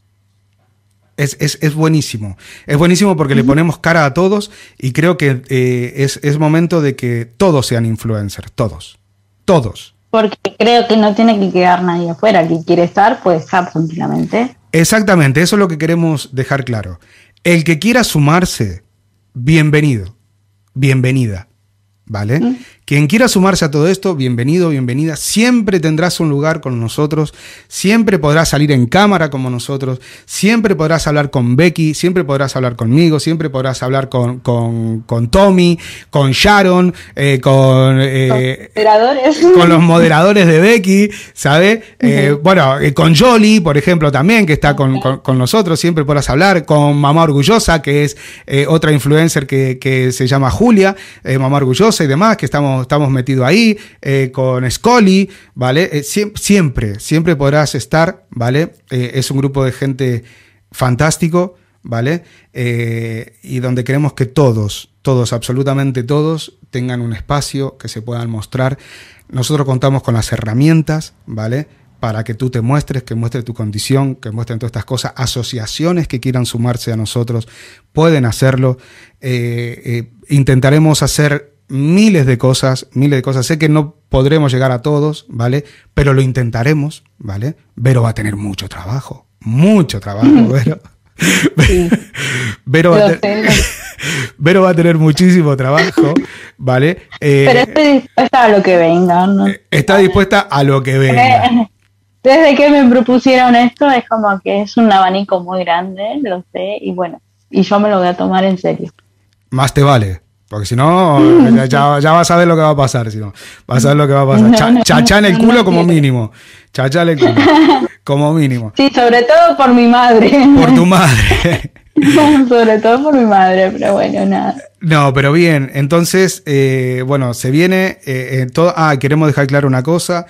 Es, es, es buenísimo, es buenísimo porque uh-huh. le ponemos cara a todos, y creo que eh, es, es momento de que todos sean influencers, todos, todos. Porque creo que no tiene que quedar nadie afuera, el que quiere estar puede estar tranquilamente. Exactamente, eso es lo que queremos dejar claro. El que quiera sumarse, bienvenido, bienvenida. ¿Vale? ¿Mm? Quien quiera sumarse a todo esto, bienvenido, bienvenida. Siempre tendrás un lugar con nosotros, siempre podrás salir en cámara como nosotros, siempre podrás hablar con Becky, siempre podrás hablar conmigo, siempre podrás hablar con, con, con Tommy, con Sharon, eh, con, eh, moderadores. con los moderadores de Becky, ¿sabes? Uh-huh. Eh, bueno, eh, con Jolie, por ejemplo, también, que está con, con, con nosotros, siempre podrás hablar, con Mamá Orgullosa, que es eh, otra influencer que, que se llama Julia, eh, Mamá Orgullosa y demás, que estamos estamos metidos ahí, eh, con Scully, ¿vale? Eh, siempre, siempre, siempre podrás estar, ¿vale? Eh, es un grupo de gente fantástico, ¿vale? Eh, y donde queremos que todos, todos, absolutamente todos, tengan un espacio, que se puedan mostrar. Nosotros contamos con las herramientas, ¿vale? Para que tú te muestres, que muestres tu condición, que muestren todas estas cosas. Asociaciones que quieran sumarse a nosotros pueden hacerlo. Eh, eh, intentaremos hacer miles de cosas, miles de cosas. Sé que no podremos llegar a todos, ¿vale? Pero lo intentaremos, ¿vale? Vero va a tener mucho trabajo, mucho trabajo, Vero. Sí. Vero, va a tener, Vero va a tener muchísimo trabajo, ¿vale? Eh, Pero estoy dispuesta a lo que venga, ¿no? Está dispuesta a lo que venga. Desde que me propusieron esto es como que es un abanico muy grande, lo sé, y bueno, y yo me lo voy a tomar en serio. Más te vale. Porque si no, ya, ya, ya vas a ver lo que va a pasar. Si no, vas a ver lo que va a pasar. Cha, chachá en el culo como mínimo. Chachá en el culo. Como mínimo. Sí, sobre todo por mi madre. Por tu madre. Sobre todo por mi madre, pero bueno, nada. No, pero bien. Entonces, eh, bueno, se viene. Eh, en todo, ah, queremos dejar claro una cosa.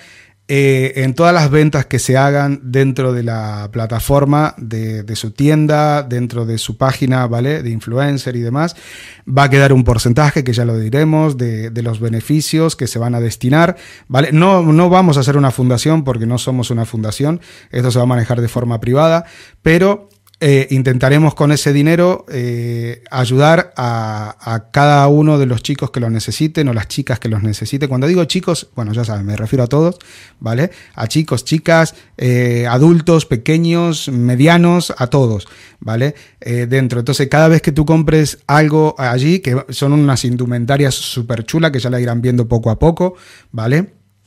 Eh, en todas las ventas que se hagan dentro de la plataforma de, de su tienda, dentro de su página, ¿vale? De influencer y demás, va a quedar un porcentaje, que ya lo diremos, de, de los beneficios que se van a destinar, ¿vale? No, no vamos a hacer una fundación porque no somos una fundación, esto se va a manejar de forma privada, pero Eh, intentaremos con ese dinero eh, ayudar a, a cada uno de los chicos que lo necesiten, o las chicas que los necesiten. Cuando digo chicos, bueno, ya saben, me refiero a todos, ¿vale? A chicos, chicas, eh, adultos, pequeños, medianos, a todos, ¿vale? Eh, dentro. Entonces, cada vez que tú compres algo allí, que son unas indumentarias súper chulas, que ya la irán viendo poco a poco, ¿vale?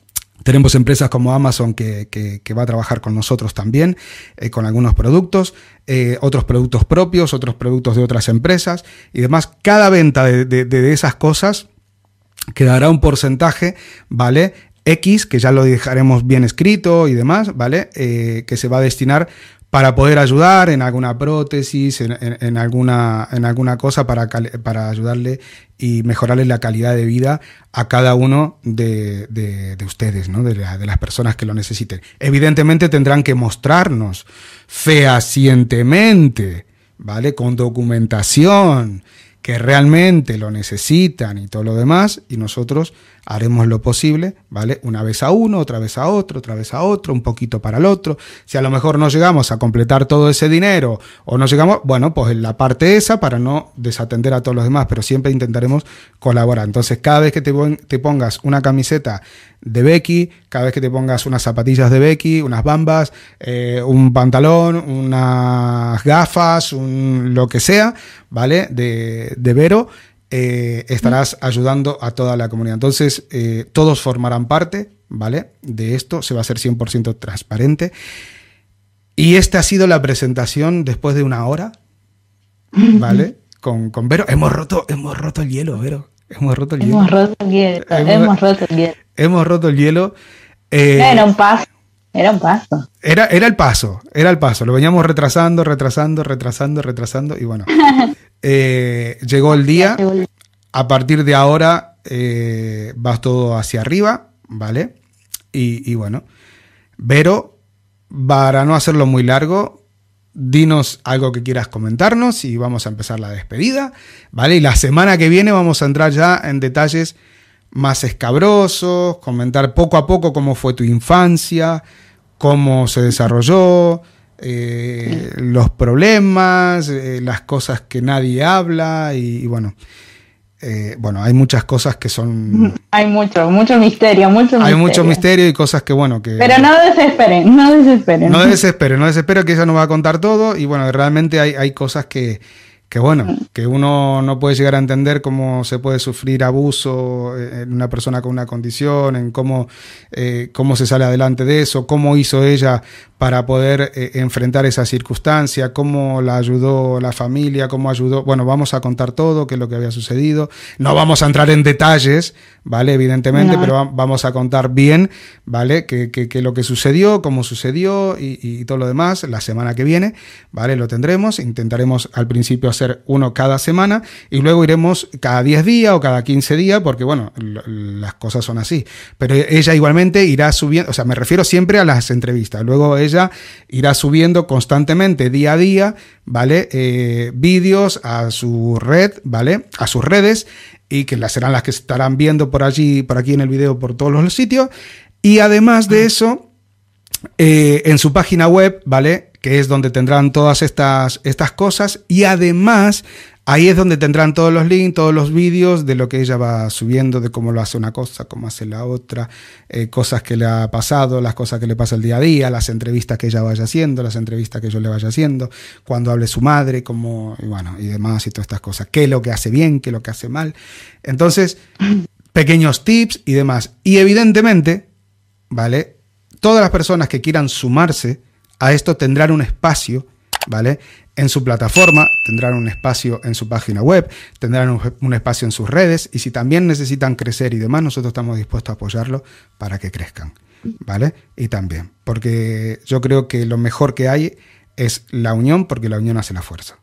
Tenemos empresas como Amazon que, que, que va a trabajar con nosotros también, eh, con algunos productos, eh, otros productos propios, otros productos de otras empresas y demás. Cada venta de, de, de esas cosas quedará un porcentaje, ¿vale? X, que ya lo dejaremos bien escrito y demás, ¿vale? Eh, que se va a destinar para poder ayudar en alguna prótesis, en, en, en, alguna, en alguna cosa para, para ayudarle y mejorarle la calidad de vida a cada uno de, de, de ustedes, ¿no? De, la, de las personas que lo necesiten. Evidentemente tendrán que mostrarnos fehacientemente, ¿vale? Con documentación, que realmente lo necesitan y todo lo demás, y nosotros haremos lo posible, ¿vale? Una vez a uno, otra vez a otro, otra vez a otro, un poquito para el otro. Si a lo mejor no llegamos a completar todo ese dinero o no llegamos, bueno, pues en la parte esa para no desatender a todos los demás, pero siempre intentaremos colaborar. Entonces, cada vez que te, te pongas una camiseta de Becky, cada vez que te pongas unas zapatillas de Becky, unas bambas, eh, un pantalón, unas gafas, un, lo que sea, ¿vale? De, de Vero, eh, estarás ayudando a toda la comunidad. Entonces, eh, todos formarán parte, ¿vale? De esto, se va a hacer cien por ciento transparente. Y esta ha sido la presentación después de una hora, ¿vale? Con, con Vero. Hemos roto, hemos roto el hielo, Vero. Hemos roto el hielo. Hemos roto el hielo. Hemos, hemos roto el hielo. Hemos roto el hielo. Eh, era un paso. Era un paso. Era, era el paso. Era el paso. Lo veníamos retrasando, retrasando, retrasando, retrasando. Y bueno, eh, llegó el día. A partir de ahora eh, vas todo hacia arriba, ¿vale? Y, y bueno, Vero, para no hacerlo muy largo, dinos algo que quieras comentarnos y vamos a empezar la despedida, ¿vale? Y la semana que viene vamos a entrar ya en detalles más escabrosos, comentar poco a poco cómo fue tu infancia, cómo se desarrolló, eh, los problemas, eh, las cosas que nadie habla y, y bueno, eh, bueno, hay muchas cosas que son... Hay mucho, mucho misterio, mucho Hay misterio. mucho misterio y cosas que, bueno, que... Pero no desesperen, no desesperen. No desesperen, no desesperen que ella nos va a contar todo y bueno, realmente hay, hay cosas que... que bueno, que uno no puede llegar a entender cómo se puede sufrir abuso en una persona con una condición, en cómo, eh, cómo se sale adelante de eso, cómo hizo ella para poder eh, enfrentar esa circunstancia, cómo la ayudó la familia, cómo ayudó... Bueno, vamos a contar todo, qué es lo que había sucedido. No vamos a entrar en detalles, ¿vale? Evidentemente, no. Pero va, vamos a contar bien, ¿vale? Qué que, que lo que sucedió, cómo sucedió y, y todo lo demás. La semana que viene, ¿vale? Lo tendremos. Intentaremos al principio hacer uno cada semana y luego iremos cada diez días o cada quince días porque, bueno, l- las cosas son así. Pero ella igualmente irá subiendo, o sea, me refiero siempre a las entrevistas. Luego ella irá subiendo constantemente, día a día, ¿vale? Eh, vídeos a su red, ¿vale? A sus redes y que las serán las que estarán viendo por allí, por aquí en el video, por todos los sitios. Y además de eso, eh, en su página web, ¿vale? Que es donde tendrán todas estas, estas cosas y además ahí es donde tendrán todos los links, todos los vídeos de lo que ella va subiendo, de cómo lo hace una cosa, cómo hace la otra, eh, cosas que le ha pasado, las cosas que le pasa el día a día, las entrevistas que ella vaya haciendo, las entrevistas que yo le vaya haciendo, cuando hable su madre, cómo, y bueno, y demás y todas estas cosas, qué es lo que hace bien, qué es lo que hace mal. Entonces, pequeños tips y demás. Y evidentemente, ¿vale? Todas las personas que quieran sumarse a esto tendrán un espacio, ¿vale? En su plataforma, tendrán un espacio en su página web, tendrán un, un espacio en sus redes y si también necesitan crecer y demás, nosotros estamos dispuestos a apoyarlo para que crezcan, ¿vale? Y también, porque yo creo que lo mejor que hay es la unión, porque la unión hace la fuerza.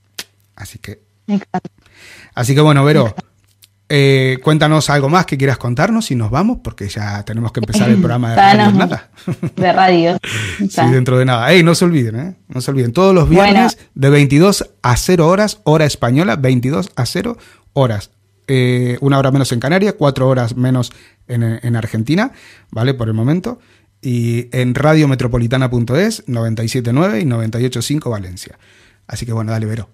Así que... Exacto. Así que bueno, Vero... Eh, cuéntanos algo más que quieras contarnos y nos vamos porque ya tenemos que empezar el programa de radio. Nada. De radio. Sí, dentro de nada. Ey, no se olviden, ¿eh? No se olviden. Todos los viernes bueno. de veintidós a cero horas, hora española, veintidós a cero horas. Eh, una hora menos en Canarias, cuatro horas menos en, en Argentina, ¿vale? Por el momento. Y en radio metropolitana punto es, noventa y siete punto nueve y noventa y ocho punto cinco Valencia. Así que bueno, dale, Vero.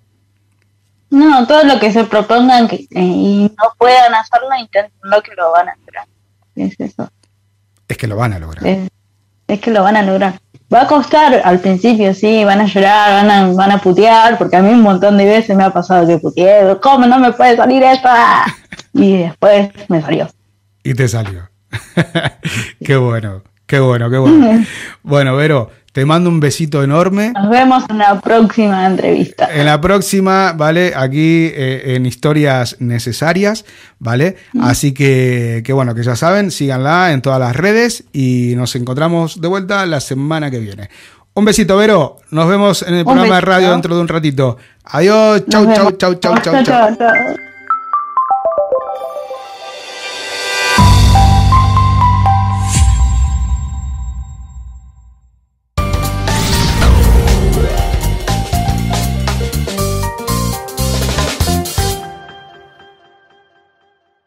No, todo lo que se propongan que, eh, y no puedan hacerlo, intentenlo que lo van a lograr. Es eso. Es que lo van a lograr. Es, es que lo van a lograr. Va a costar al principio, sí, van a llorar, van a, van a putear, porque a mí un montón de veces me ha pasado que puteé, ¿cómo no me puede salir esto? Y después me salió. Y te salió. Qué bueno, qué bueno, qué bueno. Bueno, Vero, te mando un besito enorme. Nos vemos en la próxima entrevista. En la próxima, ¿vale? Aquí eh, en Historias Necesarias, ¿vale? Mm. Así que, que bueno, que ya saben, síganla en todas las redes y nos encontramos de vuelta la semana que viene. Un besito, Vero. Nos vemos en el un programa besito. de radio dentro de un ratito. Adiós. Chau, chau, chau, chau, chau, chau. chau.